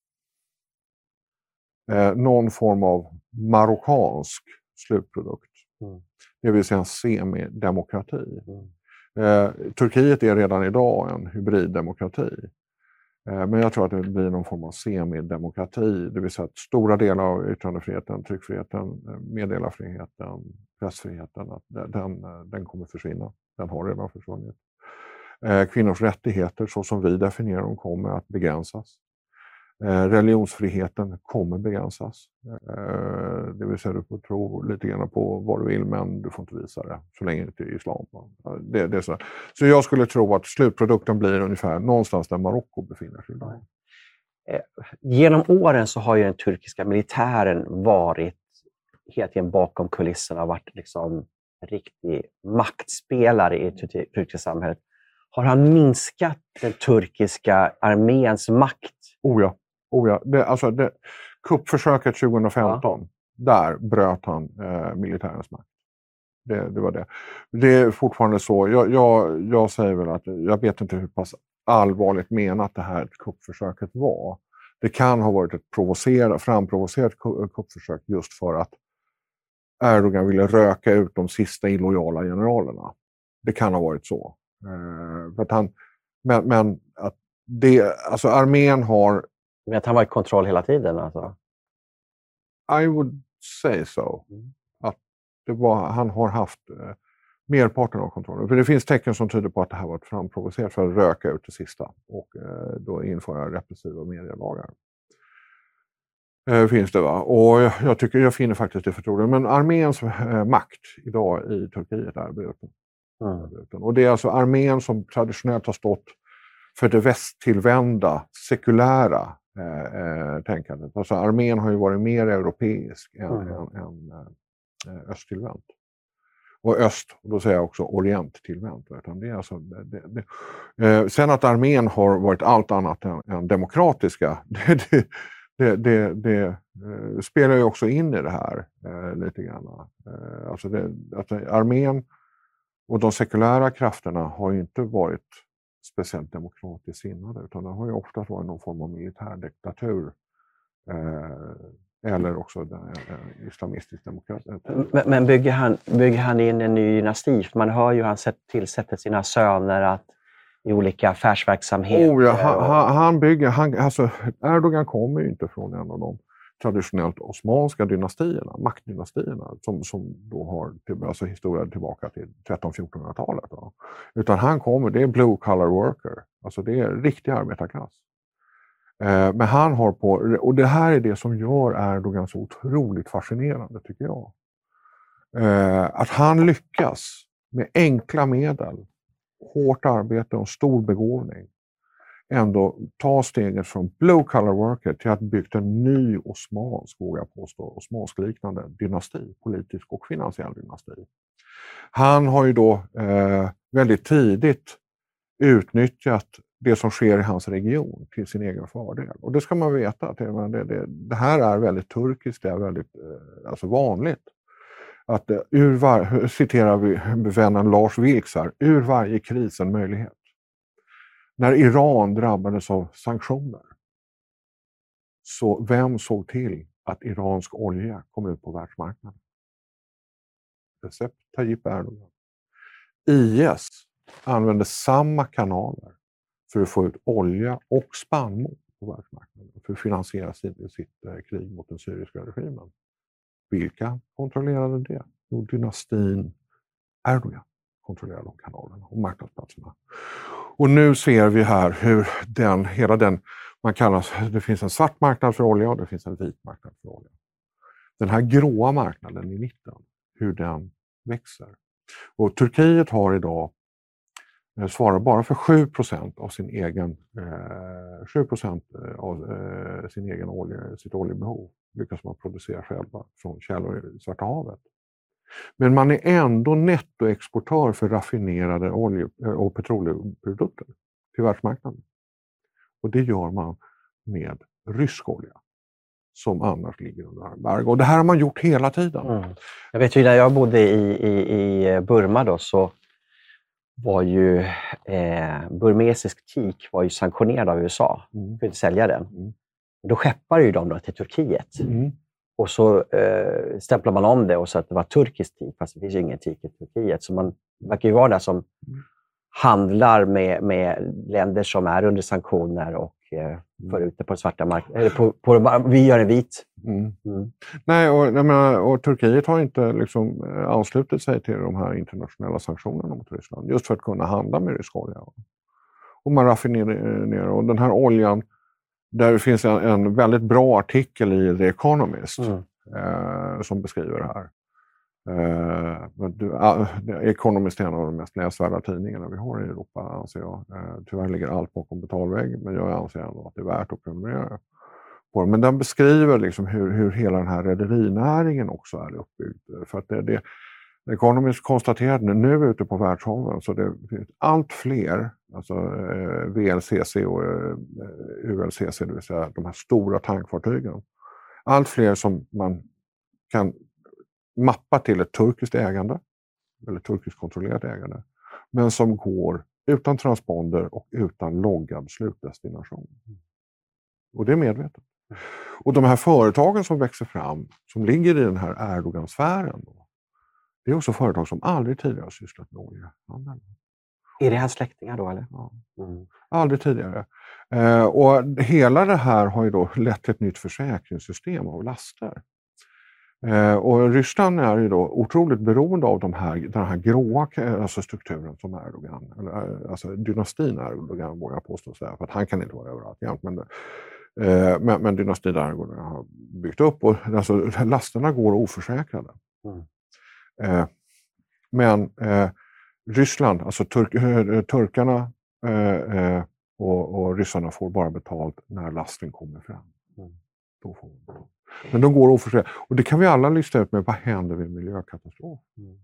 eh, någon form av marockansk slutprodukt. Mm. Det vill säga en semidemokrati. Mm. Eh, Turkiet är redan idag en hybriddemokrati. Men jag tror att det blir någon form av semidemokrati, det vill säga att stora delar av yttrandefriheten, tryckfriheten, meddelarfriheten, pressfriheten, att den, den kommer försvinna. Den har redan försvunnit. Kvinnors rättigheter, så som vi definierar dem, kommer att begränsas. Religionsfriheten kommer begränsas. Det vill säga, du får tro lite grann på vad du vill, men du får inte visa det så länge det inte är islam. Det, det är så. Så jag skulle tro att slutprodukten blir ungefär någonstans där Marocko befinner sig idag. Genom åren så har ju den turkiska militären varit helt igen bakom kulisserna och varit liksom riktig maktspelare i det turkiska samhället. Har han minskat den turkiska arméns makt? Oh ja. Oh ja. Det, alltså det, kuppförsöket tjugo femton, ja. Där bröt han eh, militärens makt. Det, det var det. Det är fortfarande så. Jag, jag, jag säger väl att jag vet inte hur pass allvarligt menat det här kuppförsöket var. Det kan ha varit ett provocerat, framprovocerat kuppförsök just för att Erdogan ville röka ut de sista illojala generalerna. Det kan ha varit så. Eh, för att han, men, men att det, alltså armén har... Men att han var i kontroll hela tiden alltså? I would say so. Mm. Att det var, han har haft eh, merparten av kontrollen. För det finns tecken som tyder på att det här var ett framprovocerat för att röka ut det sista och eh, då införa repressiva medielagar. Eh, finns det va? Och jag, jag tycker jag finner faktiskt det förtroende. Men arméns eh, makt idag i Turkiet är bruten. Mm. Och det är alltså armén som traditionellt har stått för det västtillvända, sekulära eh, tänkandet. Alltså armén har ju varit mer europeisk än, mm. än, än eh, östtillvänt. Och öst, och då säger jag också orienttillvänt. Det är alltså, det, det, det. Eh, sen att armén har varit allt annat än, än demokratiska, det, det, det, det, det eh, spelar ju också in i det här eh, lite grann. Eh, alltså det, alltså armén och de sekulära krafterna har ju inte varit speciellt demokratiskt sinnade, utan det har ju ofta varit någon form av militärdiktatur eh, eller också eh, islamistisk demokrati. Men, men bygger, han, bygger han in en ny dynasti? För man hör ju han tillsätter sina söner att, i olika affärsverksamheter. Oh ja, han, han, han bygger, han, alltså Erdogan kommer ju inte från en av de traditionellt osmanska dynastierna, maktdynastierna, som, som då har till, alltså historia tillbaka till tretton-fjortonhundratalet. Då. Utan han kommer, det är blue collar worker, alltså det är riktig arbetarklass. Eh, men han har på, och det här är det som gör Erdogan så otroligt fascinerande tycker jag. Eh, att han lyckas med enkla medel, hårt arbete och stor begåvning ändå ta steget från blue collar worker till att bygga en ny osmansk, vågar jag påstå, osmanskliknande dynasti, politisk och finansiell dynasti. Han har ju då eh, väldigt tidigt utnyttjat det som sker i hans region till sin egen fördel. Och det ska man veta, att det, det, det här är väldigt turkiskt, det är väldigt eh, alltså vanligt. Att eh, ur var, citerar vi vännen Lars Vilks här, ur varje kris en möjlighet. När Iran drabbades av sanktioner så vem såg till att iransk olja kom ut på världsmarknaden? Recep Tayyip Erdogan. I S använde samma kanaler för att få ut olja och spannmål på världsmarknaden för att finansiera sitt, sitt eh, krig mot den syriska regimen. Vilka kontrollerade det? Jo, dynastin Erdogan kontrollerade de kanalerna och marknadsplatserna. Och nu ser vi här hur den, hela den, man kallar, det finns en svart marknad för olja och det finns en vit marknad för olja. Den här gråa marknaden i mitten, hur den växer. Och Turkiet har idag svarar bara för sju procent av sin egen eh, sju procent av eh, sin egen olja, sitt oljebehov lyckas man producera själva från källor i Svarta havet. Men man är ändå nettoexportör för raffinerade olje- och petroleumprodukter till världsmarknaden. Och det gör man med rysk olja som annars ligger under embargo. Och det här har man gjort hela tiden. Mm. Jag vet ju när jag bodde i, i, i Burma då, så var ju eh, burmesisk teak var ju sanktionerad av U S A. Mm. För att sälja den. Mm. Då skeppade ju de då till Turkiet. Mm. Och så eh, stämplar man om det och så att det var turkisk teak, fast det finns ju ingen teak i Turkiet. Så man verkar ju vara där som mm. handlar med, med länder som är under sanktioner och eh, för ut det på den svarta marknaden. Eller på, på, vi gör en vit. Mm. Mm. Nej, och, jag menar, och Turkiet har inte liksom anslutit sig till de här internationella sanktionerna mot Ryssland. Just för att kunna handla med rysk olja. Och man raffinerar ner. Och den här oljan, där finns en, en väldigt bra artikel i The Economist mm. eh, som beskriver det här. Eh, du, uh, Economist är en av de mest läsvärda tidningarna vi har i Europa, anser jag. Eh, tyvärr ligger allt bakom betalvägg, men jag anser ändå att det är värt att prenumerera på det. Men den beskriver liksom hur, hur hela den här rederinäringen också är uppbyggd. För att det, det Economist konstaterade nu ute på världshaven, så det finns allt fler, alltså eh, V L C C och eh, U L C C, det vill säga de här stora tankfartygen. Allt fler som man kan mappa till ett turkiskt ägande, eller turkiskt kontrollerat ägande, men som går utan transponder och utan loggad slutdestination. Och det är medvetet. Och de här företagen som växer fram, som ligger i den här Erdogan-sfären, då, det är också företag som aldrig tidigare har sysslat med oljehandel. Är det hans släktingar då, eller? Ja. Mm. Aldrig tidigare. Eh, och hela det här har ju då lett till ett nytt försäkringssystem av laster. Eh, och Ryssland är ju då otroligt beroende av de här, den här gråa alltså strukturen som Erdogan, eller, alltså dynastin Erdogan vågar jag påstå så här, för att han kan inte vara överallt jämt, men, eh, men, men dynastin Erdogan har byggt upp och alltså, lasterna går oförsäkrade. Mm. Eh, men eh, Ryssland, alltså turk, eh, turkarna eh, eh, och, och ryssarna får bara betalt när lasten kommer fram. Mm. Då får de. Men de går oförsäkrade. Och det kan vi alla lista ut med, vad händer vid miljökatastrof? Mm.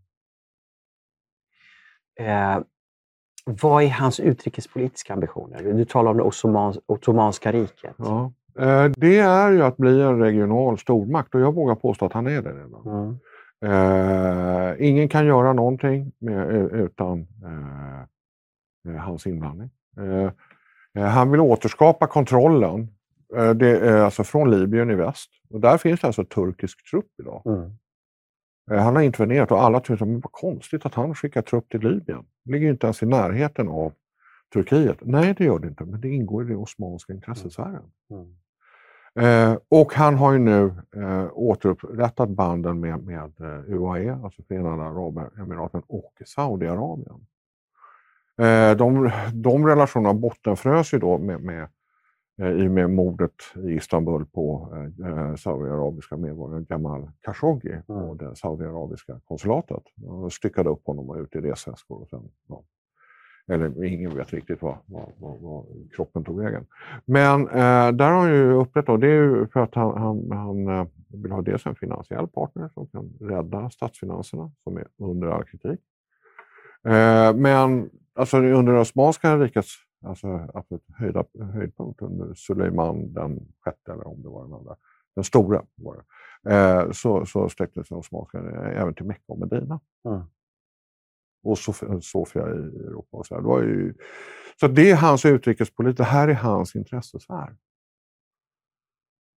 Eh, vad är hans utrikespolitiska ambitioner? Du talar om det Ottomans, Ottomanska riket. Ja, eh, det är ju att bli en regional stormakt, och jag vågar påstå att han är det redan. Mm. Eh, ingen kan göra någonting med, utan eh, hans inblandning. Eh, han vill återskapa kontrollen, eh, det är alltså från Libyen i väst. Och där finns det alltså turkisk trupp idag. Mm. Eh, han har intervenerat och alla tycker att det var konstigt att han skickar trupp till Libyen. Det ligger ju inte ens i närheten av Turkiet. Nej, det gör det inte, men det ingår i den osmanska intressesfären. Mm. Eh, och han har ju nu eh, återupprättat banden med, med eh, U A E, alltså Förenade Arabemiraten, och Saudiarabien. Eh, de, de relationerna bottenfrös ju då med, med, eh, i med mordet i Istanbul på eh, saudiarabiska medborgaren Jamal Khashoggi mm. och det saudiarabiska konsulatet. De styckade upp honom och ut i resväskor och sen... Ja. Eller ingen vet riktigt vad, vad, vad, vad kroppen tog vägen. Men eh, där har han ju upprättat, och det är ju för att han, han, han eh, vill ha dels en finansiell partner som kan rädda statsfinanserna, som är under all kritik. Eh, men alltså under det osmanska rikets alltså, alltså höjda, höjdpunkt under Suleiman den sjätte, eller om det var den andra, den stora var det, eh, så, så sträcktes den osmanska även till Mekka och Medina. Mm. Och Sofia i Europa. Och så, här. Det var ju, så det är hans utrikespolitik, det här är hans intressesfär.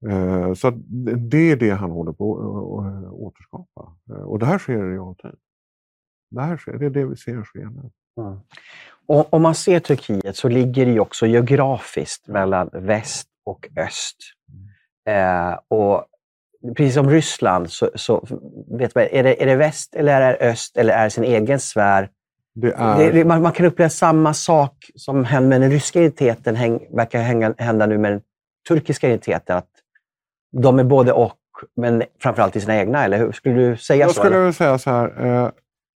Eh, så det är det han håller på att återskapa. Eh, och det här sker i realtid. Det här sker, det är det vi ser ske nu. Mm. Och om man ser Turkiet så ligger det ju också geografiskt mellan väst och öst. Eh, och precis som Ryssland så, så vet man, är det, är det väst eller är det öst eller är det sin egen sfär? Det är... det, man, man kan uppleva samma sak som händer med den ryska identiteten häng, verkar hänga, hända nu med den turkiska identiteten. Att de är både och, men framförallt i sina egna, eller hur? Skulle du säga Jag så? Jag skulle eller? säga så här. Eh,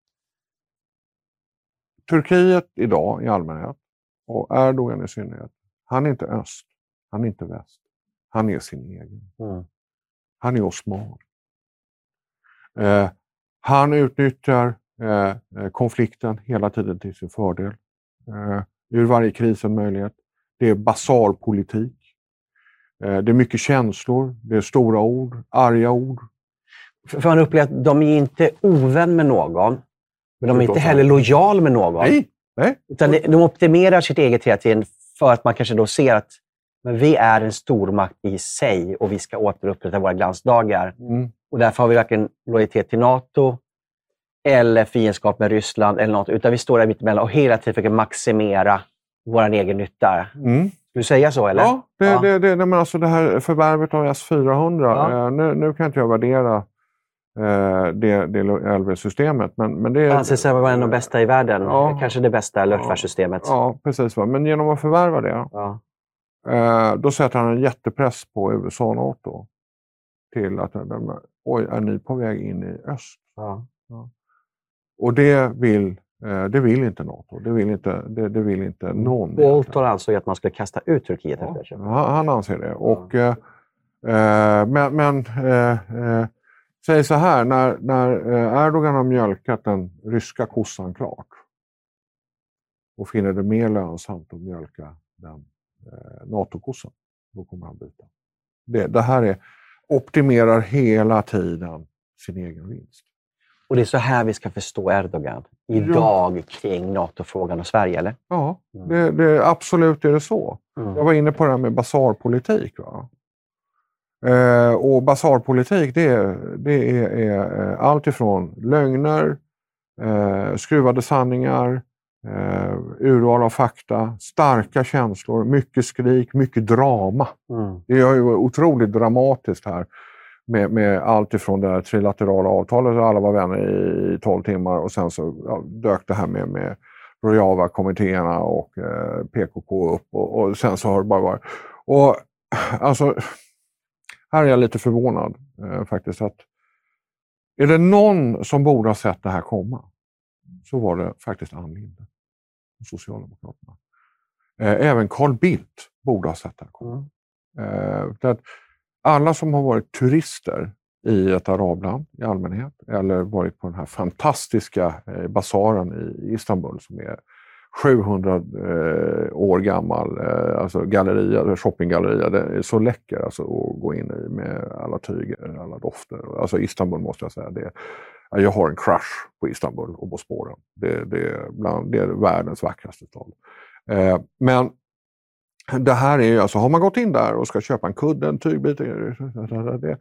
Turkiet idag i allmänhet och Erdogan i synnerhet, han är inte öst, han är inte väst. Han är sin egen. Mm. Han är osman. Eh, han utnyttjar eh, konflikten hela tiden till sin fördel. Eh, ur varje kris en möjlighet. Det är basarpolitik. Eh, det är mycket känslor, det är stora ord, arga ord. För, för man upplever att de är inte ovän med någon, men de är inte heller lojal med någon. Nej, nej. Utan de optimerar sitt eget hela tiden för att man kanske då ser att men vi är en stormakt i sig och vi ska återupprätta våra glansdagar. Mm. Och därför har vi varken lojalitet till NATO eller fiendskap med Ryssland eller något, utan vi står där mittemellan och hela tiden försöker maximera vår egen nytta. Mm. Skulle du säga så, eller? Ja, det, ja. det, det, men alltså det här förvärvet av S fyrahundra, ja. eh, nu, nu kan inte jag värdera eh, det, det L V-systemet. Men, men det anses sig vara en av de bästa i världen. Ja. Kanske det bästa luftvärnssystemet. Ja, ja, precis. Va? Men genom att förvärva det, ja. eh, då sätter han en jättepress på U S A och NATO. Till att, oj, är ni på väg in i öst? Ja. Ja. Och det vill, det vill inte NATO. Det vill inte, det, det vill inte någon. Bolton ansåg att man skulle kasta ut Turkiet ja, efter. Han, han anser det. Och, ja. eh, men men eh, eh, säg så här, när, när Erdogan har mjölkat den ryska kossan klart och finner det mer lönsamt att mjölka den eh, NATO-kossan, då kommer han byta. Det, det här är, optimerar hela tiden sin egen vinst. Och det är så här vi ska förstå Erdogan idag ja. kring NATO-frågan och Sverige, eller? Ja, mm. det, det, absolut är det så. Mm. Jag var inne på det här med basarpolitik. Va? Eh, och basarpolitik, det är, det är, är allt ifrån lögner, eh, skruvade sanningar, eh, urval av fakta, starka känslor, mycket skrik, mycket drama. Mm. Det är ju otroligt dramatiskt här. Med, med allt ifrån det här trilaterala avtalet där alla var vänner i tolv timmar och sen så ja, dök det här med, med Rojava-kommittéerna och eh, P K K upp och, och sen så har det bara varit. Och alltså, här är jag lite förvånad eh, faktiskt att är det någon som borde ha sett det här komma så var det faktiskt Ann Linde och Socialdemokraterna. Eh, även Carl Bildt borde ha sett det här komma. Eh, det att alla som har varit turister i ett arabland i allmänhet eller varit på den här fantastiska eh, basaren i Istanbul som är sjuhundra eh, år gammal, eh, alltså galleria, shoppinggalleria, det är så läcker alltså, att gå in i med alla tyger, alla dofter. Alltså Istanbul måste jag säga, det, jag har en crush på Istanbul och Bosporen. Det, det, är bland, det är världens vackraste stad. Eh, men det här är ju, alltså har man gått in där och ska köpa en kudde, en tygbit, det,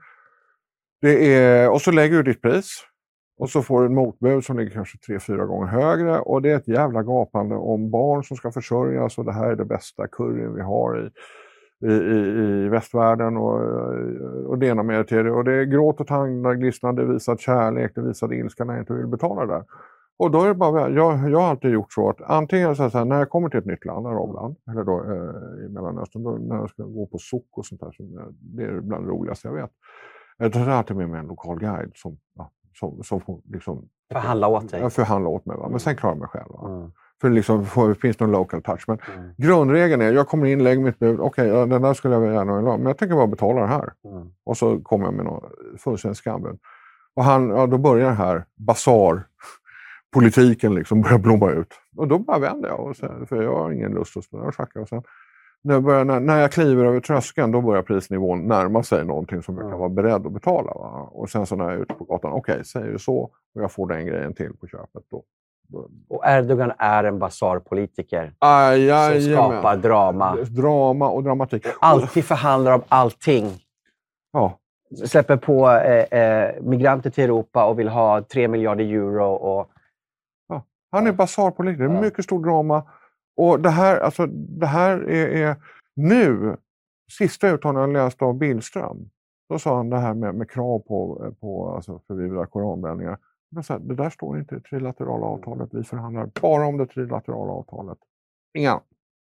det är, och så lägger du ditt pris och så får du en motbud som ligger kanske tre, fyra gånger högre och det är ett jävla gapande om barn som ska försörjas och det här är det bästa curryn vi har i, i, i, i västvärlden och, och det ena med det till det. Och det är gråt och tanglar, glissnande, visad kärlek, det visade ilska när jag inte vill betala där. Och då är det bara, jag, jag har alltid gjort så att antingen så här, när jag kommer till ett nytt land, arabland, eller då eh, i Mellanöstern, då, när jag ska gå på sock och sånt där, så det är bland det roligaste jag vet. Jag tar alltid med mig en lokal guide som, ja, som, som får liksom förhandla åt dig. Förhandla åt mig, va? Men sen klarar jag mig själv. Va? Mm. För liksom, för, finns det någon local touch. Men mm. grundregeln är, jag kommer in, lägger mitt bud, okej, okay, den där skulle jag gärna vilja ha, men jag tänker bara betala det här. Mm. Och så kommer jag med någon fullständigt skambud. Och han, ja, då börjar det här basar politiken liksom börjar blomma ut. Och då bara vänder jag. Och så, för jag har ingen lust att spela schackar. Och sen, när, jag börjar, när, när jag kliver över tröskeln, då börjar prisnivån närma sig någonting som jag kan vara beredd att betala. Va? Och sen så när jag är ute på gatan, okej, okay, säger du så och jag får den grejen till på köpet. Då, då. Och Erdogan är en basarpolitiker aj, aj, som skapar aj, drama. Drama och dramatik. Och alltid förhandlar om allting. Ja. Släpper på eh, eh, migranter till Europa och vill ha tre miljarder euro. Och... Ja. Han är basarpolitiker. Det är mycket stor drama. Och det här, alltså, det här är, är nu, sista uttalandet jag läste av Billström. Då sa han det här med, med krav på, på alltså förbjudna koranbränningar. Så här, det där står inte i det trilaterala avtalet. Vi förhandlar bara om det trilaterala avtalet. Inga.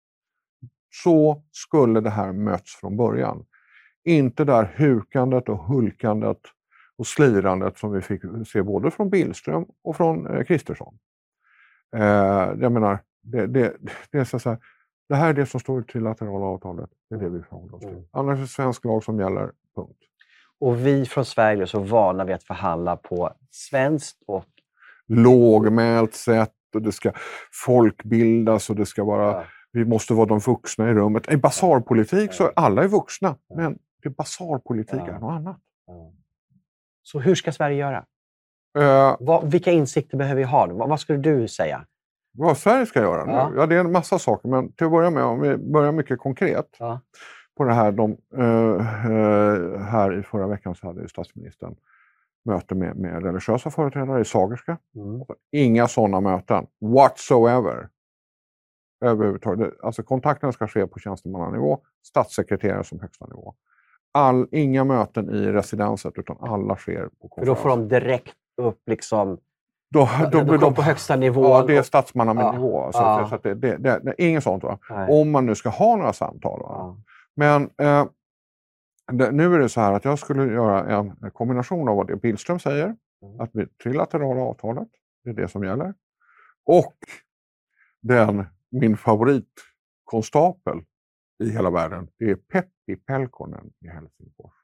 Så skulle det här möts från början. Inte där hukandet och hulkandet och slirandet som vi fick se både från Billström och från eh, Kristersson. Eh, jag menar, det, det, det är så här, det här är det som står i det trilaterala avtalet. Det är det vi förhåller oss till. Mm. Annars är det svensk lag som gäller, punkt. Och vi från Sverige är så vana vid att förhandla på svenskt och lågmält sätt och det ska folkbildas och det ska vara, ja. Vi måste vara de vuxna i rummet. I basarpolitik ja. Så är alla är vuxna, ja. Men det är basarpolitik ja. Är något annat. Ja. Så hur ska Sverige göra? Uh, vad, vilka insikter behöver vi ha? Vad, vad skulle du säga? Vad Sverige ska göra? Ja. Ja, det är en massa saker, men till att börja med, om vi börjar mycket konkret ja. På det här, de, uh, uh, här i förra veckan så hade ju statsministern möte med, med religiösa företrädare i Sagerska. Mm. Inga sådana möten whatsoever. Överhuvudtaget. Alltså kontakterna ska ske på tjänstemannanivå, statssekreterare som högsta nivå. All, inga möten i residenset utan alla sker på konferens. För då får de direkt upp liksom då, då, då, då de, på högsta nivå. Ja, det är statsmannanivå. Ja, så ja. så att det, det, det, det är inget sånt va? Nej. Om man nu ska ha några samtal. Va? Ja. Men eh, det, nu är det så här att jag skulle göra en kombination av vad det Billström säger. Mm. Att vi trilaterala avtalet, det är det som gäller. Och den, min favoritkonstapel i hela världen, det är Peppi Pelkonen i Helsingfors.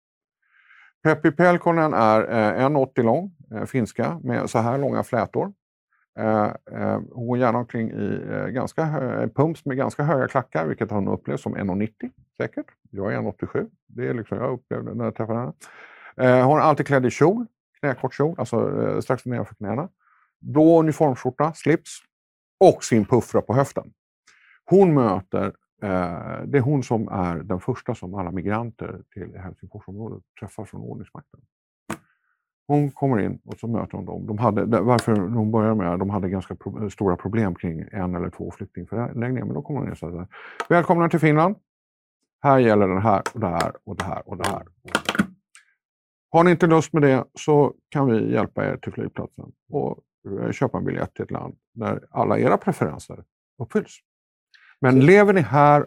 Peppi Pelkonen är eh, en åttio lång, eh, finska, med så här långa flätor. Eh, eh, hon går gärna omkring i eh, ganska hö- pumps med ganska höga klackar, vilket hon upplevt som en nittio säkert. Jag är en åttiosju, det är liksom jag upplevde när jag träffade henne. Eh, hon är alltid klädd i kjol, knäkort kjol, alltså eh, strax nedanför knäna. Blå uniformskjorta, slips och sin puffra på höften. Hon möter, eh, det är hon som är den första som alla migranter till Helsingforsområdet träffar från ordningsmakten. Hon kommer in och så möter hon dem. De hade, varför de börjar med de hade ganska pro- stora problem kring en eller två flyktingförläggningar. Men då kommer hon in och säger: välkomna till Finland. Här gäller den här och det här och det här och det här. Har ni inte lust med det så kan vi hjälpa er till flygplatsen och köpa en biljett till ett land där alla era preferenser uppfylls. Men så, lever ni här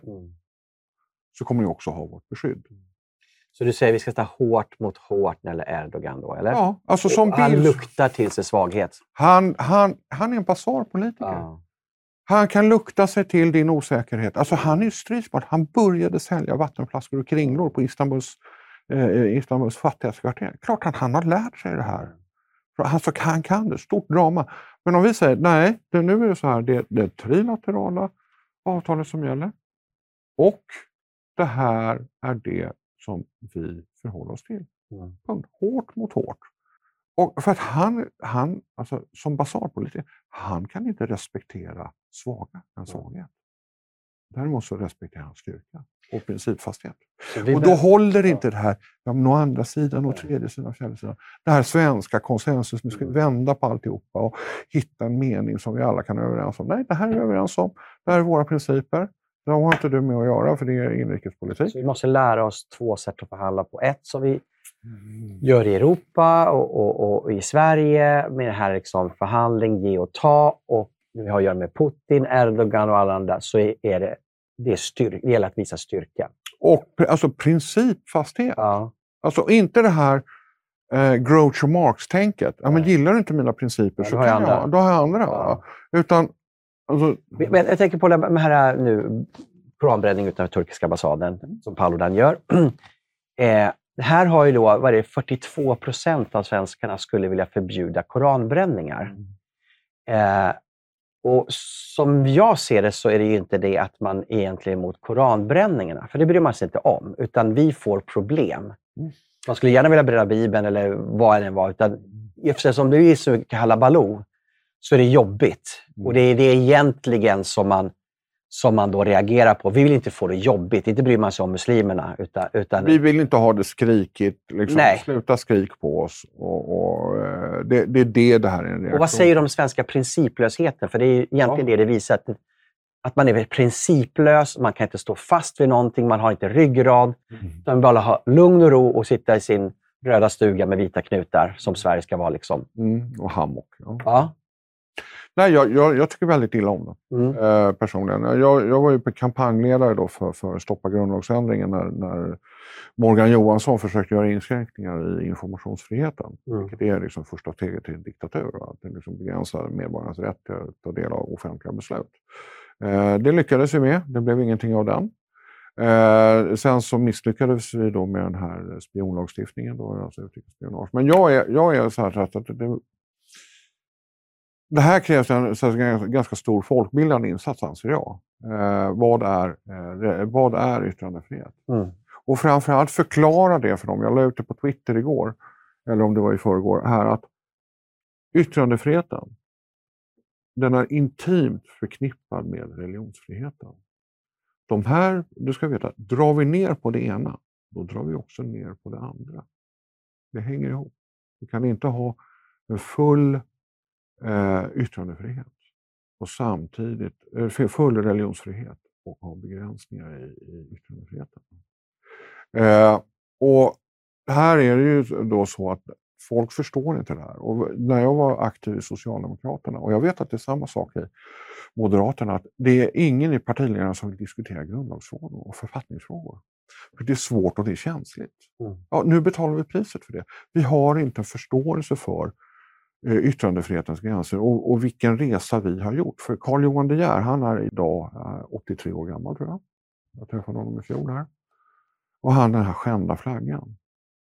så kommer ni också ha vårt beskydd. Så du säger att vi ska ta hårt mot hårt när det är Erdogan då, eller? Ja, alltså som han Bill, luktar till sig svaghet. Han, han, han är en basarpolitiker. Ja. Han kan lukta sig till din osäkerhet. Alltså han är ju stridsbart. Han började sälja vattenflaskor och kringlor på Istanbuls, eh, Istanbuls fattigaste kvarter. Klart att han har lärt sig det här. Alltså han kan det, stort drama. Men om vi säger, nej, det, nu är det så här, det är det trilaterala avtalet som gäller. Och det här är det som vi förhåller oss till. Mm. Hårt mot hårt. Och för att han, han alltså, som basarpolitiker, han kan inte respektera svaga, en svaghet. Däremot så respekterar han styrka och principfasthet. Och då bör... håller inte det här, å andra sidan och tredje sidan, fjärde sidan. Det här svenska konsensus, nu ska vi vända på alltihopa och hitta en mening som vi alla kan vara överens om. Nej, det här är vi överens om. Det här är våra principer. Det har inte du med att göra, för det är inrikespolitik. Så vi måste lära oss två sätt att förhandla på. Ett som vi mm. gör i Europa och, och, och i Sverige med det här liksom förhandling, ge och ta. Och när vi har att göra med Putin, Erdogan och alla andra så är det, det, är styr, det gäller att visa styrka. Och alltså principfasthet. Ja. Alltså inte det här eh, Groucho Marx-tänket. Ja, men gillar du inte mina principer ja, så kan jag, andra. då har jag andra. Ja. Utan alltså... Men jag tänker på det med här nu, koranbränning utanför turkiska ambassaden som Paludan gör. eh, här har ju då, vad är det, fyrtiotvå procent av svenskarna skulle vilja förbjuda koranbränningar. Mm. Eh, och som jag ser det så är det ju inte det att man egentligen är emot koranbränningarna. För det bryr man sig inte om. Utan vi får problem. Mm. Man skulle gärna vilja bränna Bibeln eller vad det än var. Utan eftersom det är så mycket halabaloo så är det jobbigt. Mm. Och det är det egentligen som man, som man då reagerar på. Vi vill inte få det jobbigt, inte bryr man sig om muslimerna. Utan, utan... Vi vill inte ha det skrikigt, liksom. Nej. Sluta skrik på oss. Och, och, det, det är det det här är en reaktion. Och vad säger du om svenska principlösheten? För det är ju egentligen ja. det det visar, att, att man är principlös, man kan inte stå fast vid någonting, man har inte ryggrad. Mm. Man bara ha lugn och ro och sitta i sin röda stuga med vita knutar, som Sverige ska vara. Liksom. Mm, och hammock. Ja. ja. Nej, jag, jag, jag tycker väldigt illa om det, mm. eh, personligen. Jag, jag var ju kampanjledare då för, för att stoppa grundlagsändringen när, när Morgan Johansson försökte göra inskränkningar i informationsfriheten. Mm. Vilket är liksom första steget till en diktatur. Att det liksom begränsar medborgarnas rätt till att ta del av offentliga beslut. Eh, det lyckades vi med, det blev ingenting av den. Eh, sen så misslyckades vi då med den här spionlagstiftningen, då, alltså utrikesspionage. Men jag är, jag är så här att det, det här krävs en, så en ganska stor folkbildande insats, anser jag. Eh, vad, är, eh, vad är yttrandefrihet? Mm. Och framförallt förklara det för dem. Jag la ut det på Twitter igår, eller om det var i förrgår, här att yttrandefriheten, den är intimt förknippad med religionsfriheten. De här, du ska veta, drar vi ner på det ena, då drar vi också ner på det andra. Det hänger ihop. Vi kan inte ha en full eh, yttrandefrihet och samtidigt eh, full religionsfrihet och ha begränsningar i, i yttrandefriheten. Eh, och här är det ju då så att folk förstår inte det här. Och när jag var aktiv i Socialdemokraterna, och jag vet att det är samma sak i Moderaterna, att det är ingen i partiledningen som vill diskutera grundlagsfrågor och författningsfrågor. För det är svårt och det är känsligt. Mm. Ja, nu betalar vi priset för det. Vi har inte en förståelse för eh, yttrandefrihetens gränser och, och vilken resa vi har gjort. För Carl Johan De Geer, han är idag eh, åttiotre år gammal, tror jag. Jag träffade honom i fjol här. Och han den här skända flaggan.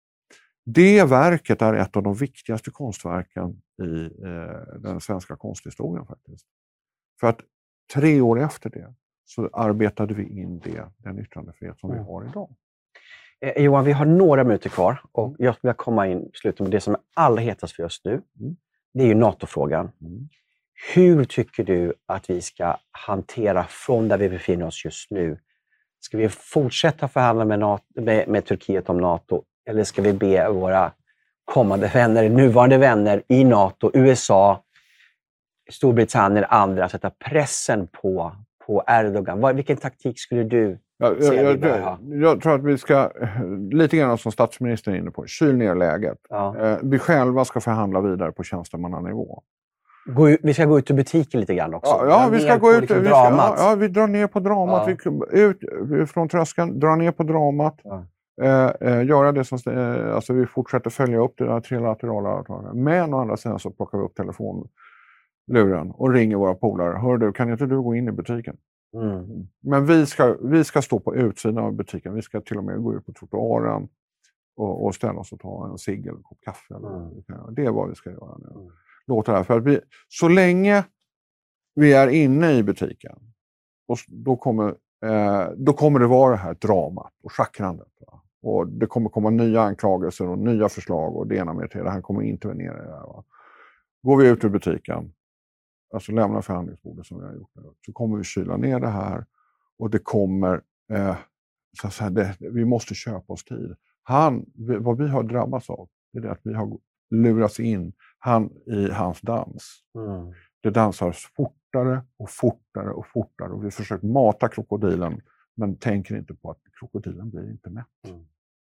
Det verket är ett av de viktigaste konstverken i eh, den svenska konsthistorien faktiskt. För att tre år efter det så arbetade vi in det, den yttrandefrihet som mm. vi har idag. Eh, Johan, vi har några minuter kvar och jag skulle vilja komma in i slutet med det som är allra hetast för just nu. Mm. Det är ju NATO-frågan. Mm. Hur tycker du att vi ska hantera från där vi befinner oss just nu? Ska vi fortsätta förhandla med, NATO, med, med Turkiet om NATO? Eller ska vi be våra kommande vänner, nuvarande vänner i NATO, U S A, Storbritannien och andra att sätta pressen på, på Erdogan? Vad, vilken taktik skulle du ja, säga jag, vi bör ha? Jag, jag tror att vi ska, lite grann som statsministern är inne på, kyl ner läget. Ja. Eh, vi själva ska förhandla vidare på tjänstemannanivå. Gå ut, vi ska gå ut i butiken lite grann också. Ja, ja vi ska gå ut. Liksom vi, ska, ja, ja, vi drar ner på dramat. Ja. Vi, ut från tröskeln, drar ner på dramat. Ja. Eh, eh, göra det som, eh, alltså vi fortsätter följa upp det där trilaterala avtalet. Men å andra sidan så plockar vi upp telefonluren och ringer våra polare. Hör du, kan inte du gå in i butiken? Mm. Men vi ska, vi ska stå på utsidan av butiken. Vi ska till och med gå ut på trottoaren och, och ställa oss och ta en cigg eller en kopp kaffe. Mm. Det är vad vi ska göra nu. Mm. Låta det här. För att vi, så länge vi är inne i butiken, och då kommer, eh, då kommer det vara det här dramat och schackrandet. Va? Och det kommer komma nya anklagelser och nya förslag och det ena med till det här kommer intervenera i det här. Va? Går vi ut ur butiken, alltså lämnar förhandlingsbordet som vi har gjort nu, så kommer vi kyla ner det här och det kommer, eh, så att säga, det, vi måste köpa oss tid. Han, vad vi har drabbats av, det är det att vi har lurats in han i hans dans. Mm. Det dansar fortare och fortare och fortare och vi försöker mata krokodilen men tänker inte på att krokodilen blir inte mätt. Mm.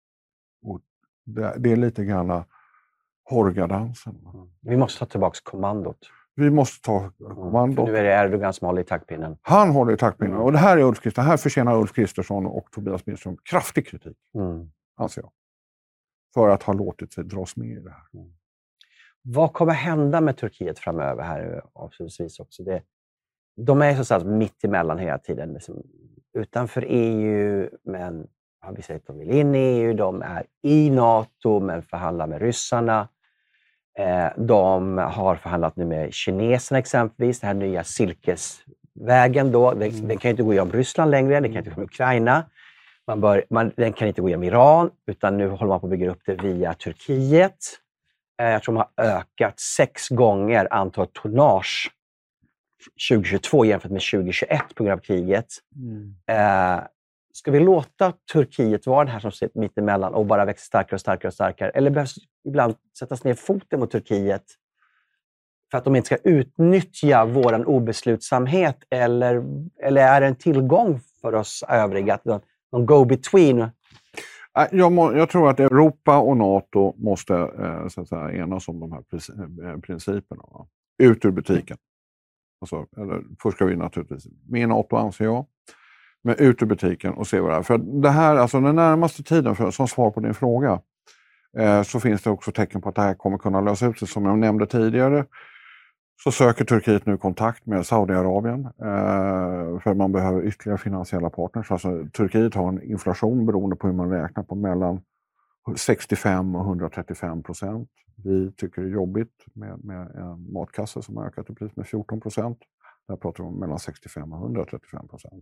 Och det, det är lite grann Horgadansen. Mm. Vi måste ta tillbaka kommandot. Vi måste ta kommandot. Mm. Nu är det Erdogan som håller i taktpinnen. Han håller i taktpinnen. Mm. Och det här är Ulf Kristersson. Här förtjänar Ulf Kristersson och Tobias Billström kraftig kritik. Mm. Anser jag. För att ha låtit sig dras med i det här. Mm. Vad kommer hända med Turkiet framöver här avslutningsvis också? Det, de är så att säga mitt emellan hela tiden. Liksom, utanför E U, men har vi sett att de vill in i E U. De är i NATO, men förhandlar med ryssarna. Eh, de har förhandlat nu med kineserna exempelvis. Den här nya silkesvägen då. Den, mm. den kan inte gå genom Ryssland längre. Den kan inte gå genom Ukraina. Man bör, man, den kan inte gå genom Iran. Utan nu håller man på att bygga upp det via Turkiet. Jag tror de har ökat sex gånger antal tonnage tjugohundratjugotvå jämfört med tjugohundratjugoett på grund av kriget. Mm. Eh, ska vi låta Turkiet vara den här som sitter mitt emellan och bara växa starkare och starkare och starkare? Eller behövs ibland sättas ner foten mot Turkiet för att de inte ska utnyttja våran obeslutsamhet? Eller, eller är det en tillgång för oss övriga att någon go-between? Jag, må, jag tror att Europa och NATO måste eh, så att säga, enas om de här princi- principerna. Va? Ut ur butiken. Alltså, eller, först ska vi naturligtvis med NATO, anser jag. Men ut ur butiken och se vad det är. För det här, alltså den närmaste tiden, för, som svar på din fråga, eh, så finns det också tecken på att det här kommer kunna lösa ut sig. Som jag nämnde tidigare så söker Turkiet nu kontakt med Saudiarabien eh, för man behöver ytterligare finansiella partners. Alltså, Turkiet har en inflation beroende på hur man räknar på mellan sextiofem och hundratrettiofem procent. Vi tycker det är jobbigt med, med en matkasse som har ökat i pris med fjorton procent. Där pratar vi om mellan sextiofem och hundratrettiofem procent.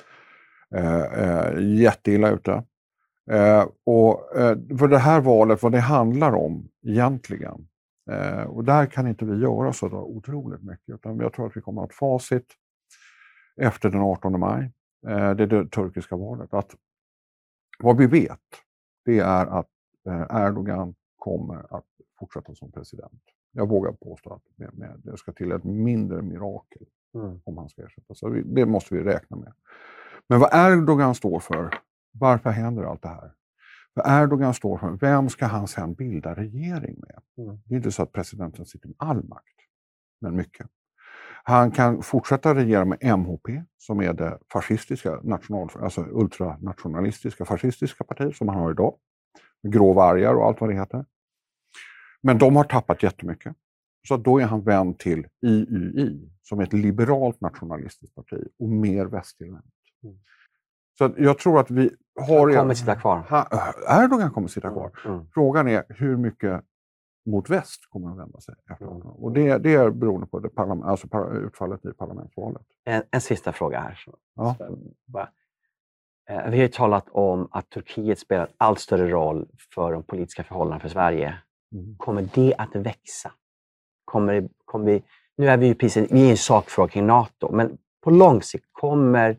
Eh, eh, jätteilla ute. Eh, och eh, för det här valet, vad det handlar om egentligen, eh, och där kan inte vi göra så otroligt mycket, utan jag tror att vi kommer att ha ett facit efter den artonde maj. Eh, det är det turkiska valet. Att vad vi vet, det är att eh, Erdogan kommer att fortsätta som president. Jag vågar påstå att med, med, det ska till ett mindre mirakel mm. om han ska ersätta. Så vi, det måste vi räkna med. Men vad Erdogan står för, varför händer allt det här? Vad Erdogan står för, vem ska han sedan bilda regering med? Mm. Det är inte så att presidenten sitter med all makt, men mycket. Han kan fortsätta regera med M H P, som är det fascistiska, national, alltså ultranationalistiska fascistiska partiet som han har idag. Grå vargar och allt vad det heter. Men de har tappat jättemycket. Så då är han vän till I U I, som är ett liberalt nationalistiskt parti och mer västtillvänt. Mm. Så jag tror att vi har... Han kommer sitta kvar. Ha, Erdogan kommer sitta kvar. Mm. Mm. Frågan är hur mycket mot väst kommer han vända sig efter. Mm. Och det, det är beroende på det parlament, alltså utfallet i parlamentsvalet. En, en sista fråga här. Så, ja. så, bara, eh, vi har ju talat om att Turkiet spelar en allt större roll för de politiska förhållandena för Sverige. Mm. Kommer det att växa? Kommer, kommer vi, nu är vi ju precis vi är en sakfråga kring NATO, men på lång sikt kommer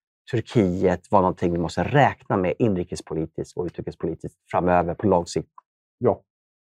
Turkiet vara någonting vi måste räkna med inrikespolitiskt och utrikespolitiskt framöver på lång sikt? Ja.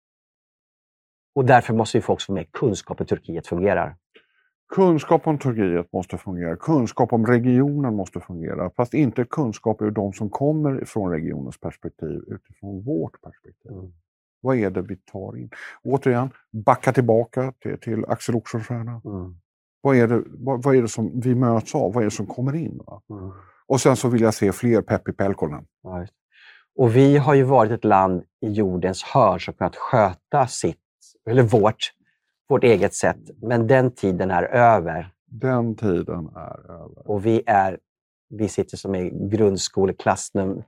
Och därför måste vi få också med kunskap om Turkiet fungerar. Kunskap om Turkiet måste fungera. Kunskap om regionen måste fungera. Fast inte kunskap ur de som kommer från regionens perspektiv utifrån vårt perspektiv. Mm. Vad är det vi tar in? Återigen, backa tillbaka till, till Axel Oxenstierna. Mm. Vad, är det, vad, vad är det som vi möts av? Vad är det som kommer in? Va? Mm. Och sen så vill jag se fler Peppi Pelkonen. Ja, och vi har ju varit ett land i jordens hörn som kunnat sköta sitt, eller vårt, vårt eget sätt. Men den tiden är över. Den tiden är över. Och vi, är, vi sitter som i grundskoleklass nu,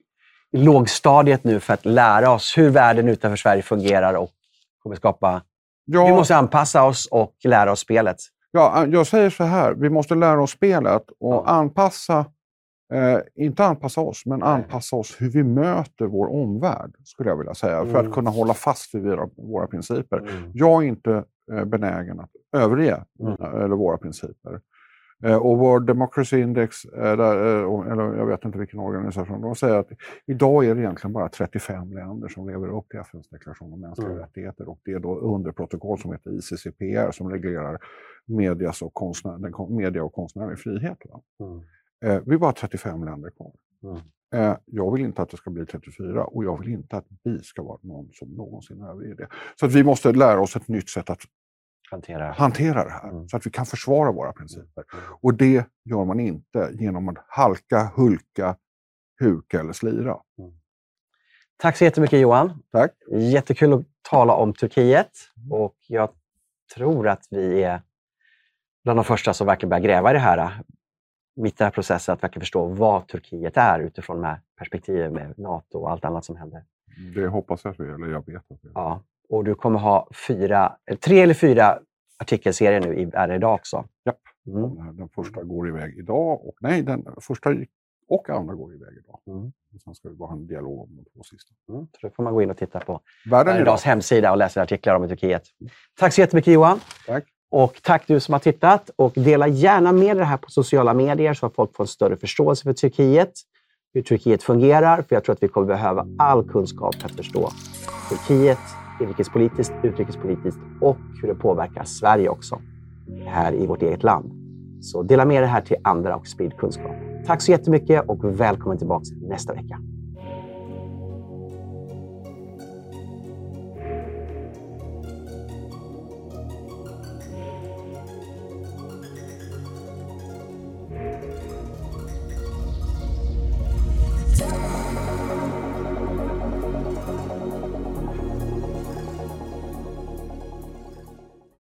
i lågstadiet nu för att lära oss hur världen utanför Sverige fungerar och kommer skapa... Ja. Vi måste anpassa oss och lära oss spelet. Ja, jag säger så här. Vi måste lära oss spelet och ja. anpassa, eh, inte anpassa oss, men Nej. anpassa oss hur vi möter vår omvärld, skulle jag vilja säga. Mm. För att kunna hålla fast vid våra, våra principer. Mm. Jag är inte eh, benägen att överge mm. eller våra principer. Eh, och World Democracy Index, eh, där, eh, eller jag vet inte vilken organisation, de säger att idag är det egentligen bara trettiofem länder som lever upp till F N:s deklaration om mänskliga mm. rättigheter. Och det är då under protokoll som heter I C C P R som reglerar medias och konstnär, den, media och konstnärlig frihet. Va? Mm. Eh, vi är bara trettiofem länder kvar. Mm. Eh, jag vill inte att det ska bli trettiofyra och jag vill inte att vi ska vara någon som någonsin överger det. Så att vi måste lära oss ett nytt sätt att Hantera. hantera det här. Mm. Så att vi kan försvara våra principer. Mm. Och det gör man inte genom att halka, hulka, huka eller slira. Mm. Tack så jättemycket Johan. Tack. Jättekul att tala om Turkiet. Mm. Och jag tror att vi är bland de första som verkligen börjar gräva i det här. Mitt i den här processen att verkligen förstå vad Turkiet är utifrån de här perspektiven med NATO och allt annat som händer. Det hoppas jag att vi, eller jag vet att vi. Ja. Och du kommer ha fyra, tre eller fyra artikelserier nu i R idag också. Ja, mm. den första går iväg idag. Och, nej, den första och andra går iväg idag. Mm. Och sen ska vi bara ha en dialog om de två sista. Mm. Så då får man gå in och titta på R idags hemsida och läsa artiklar om Turkiet. Tack så jättemycket Johan. Tack. Och tack du som har tittat, och dela gärna med det här på sociala medier så att folk får en större förståelse för Turkiet, hur Turkiet fungerar, för jag tror att vi kommer behöva all kunskap för att förstå Turkiet, inrikespolitiskt, utrikespolitiskt och hur det påverkar Sverige också här i vårt eget land. Så dela med det här till andra och sprid kunskap. Tack så jättemycket och välkommen tillbaka nästa vecka.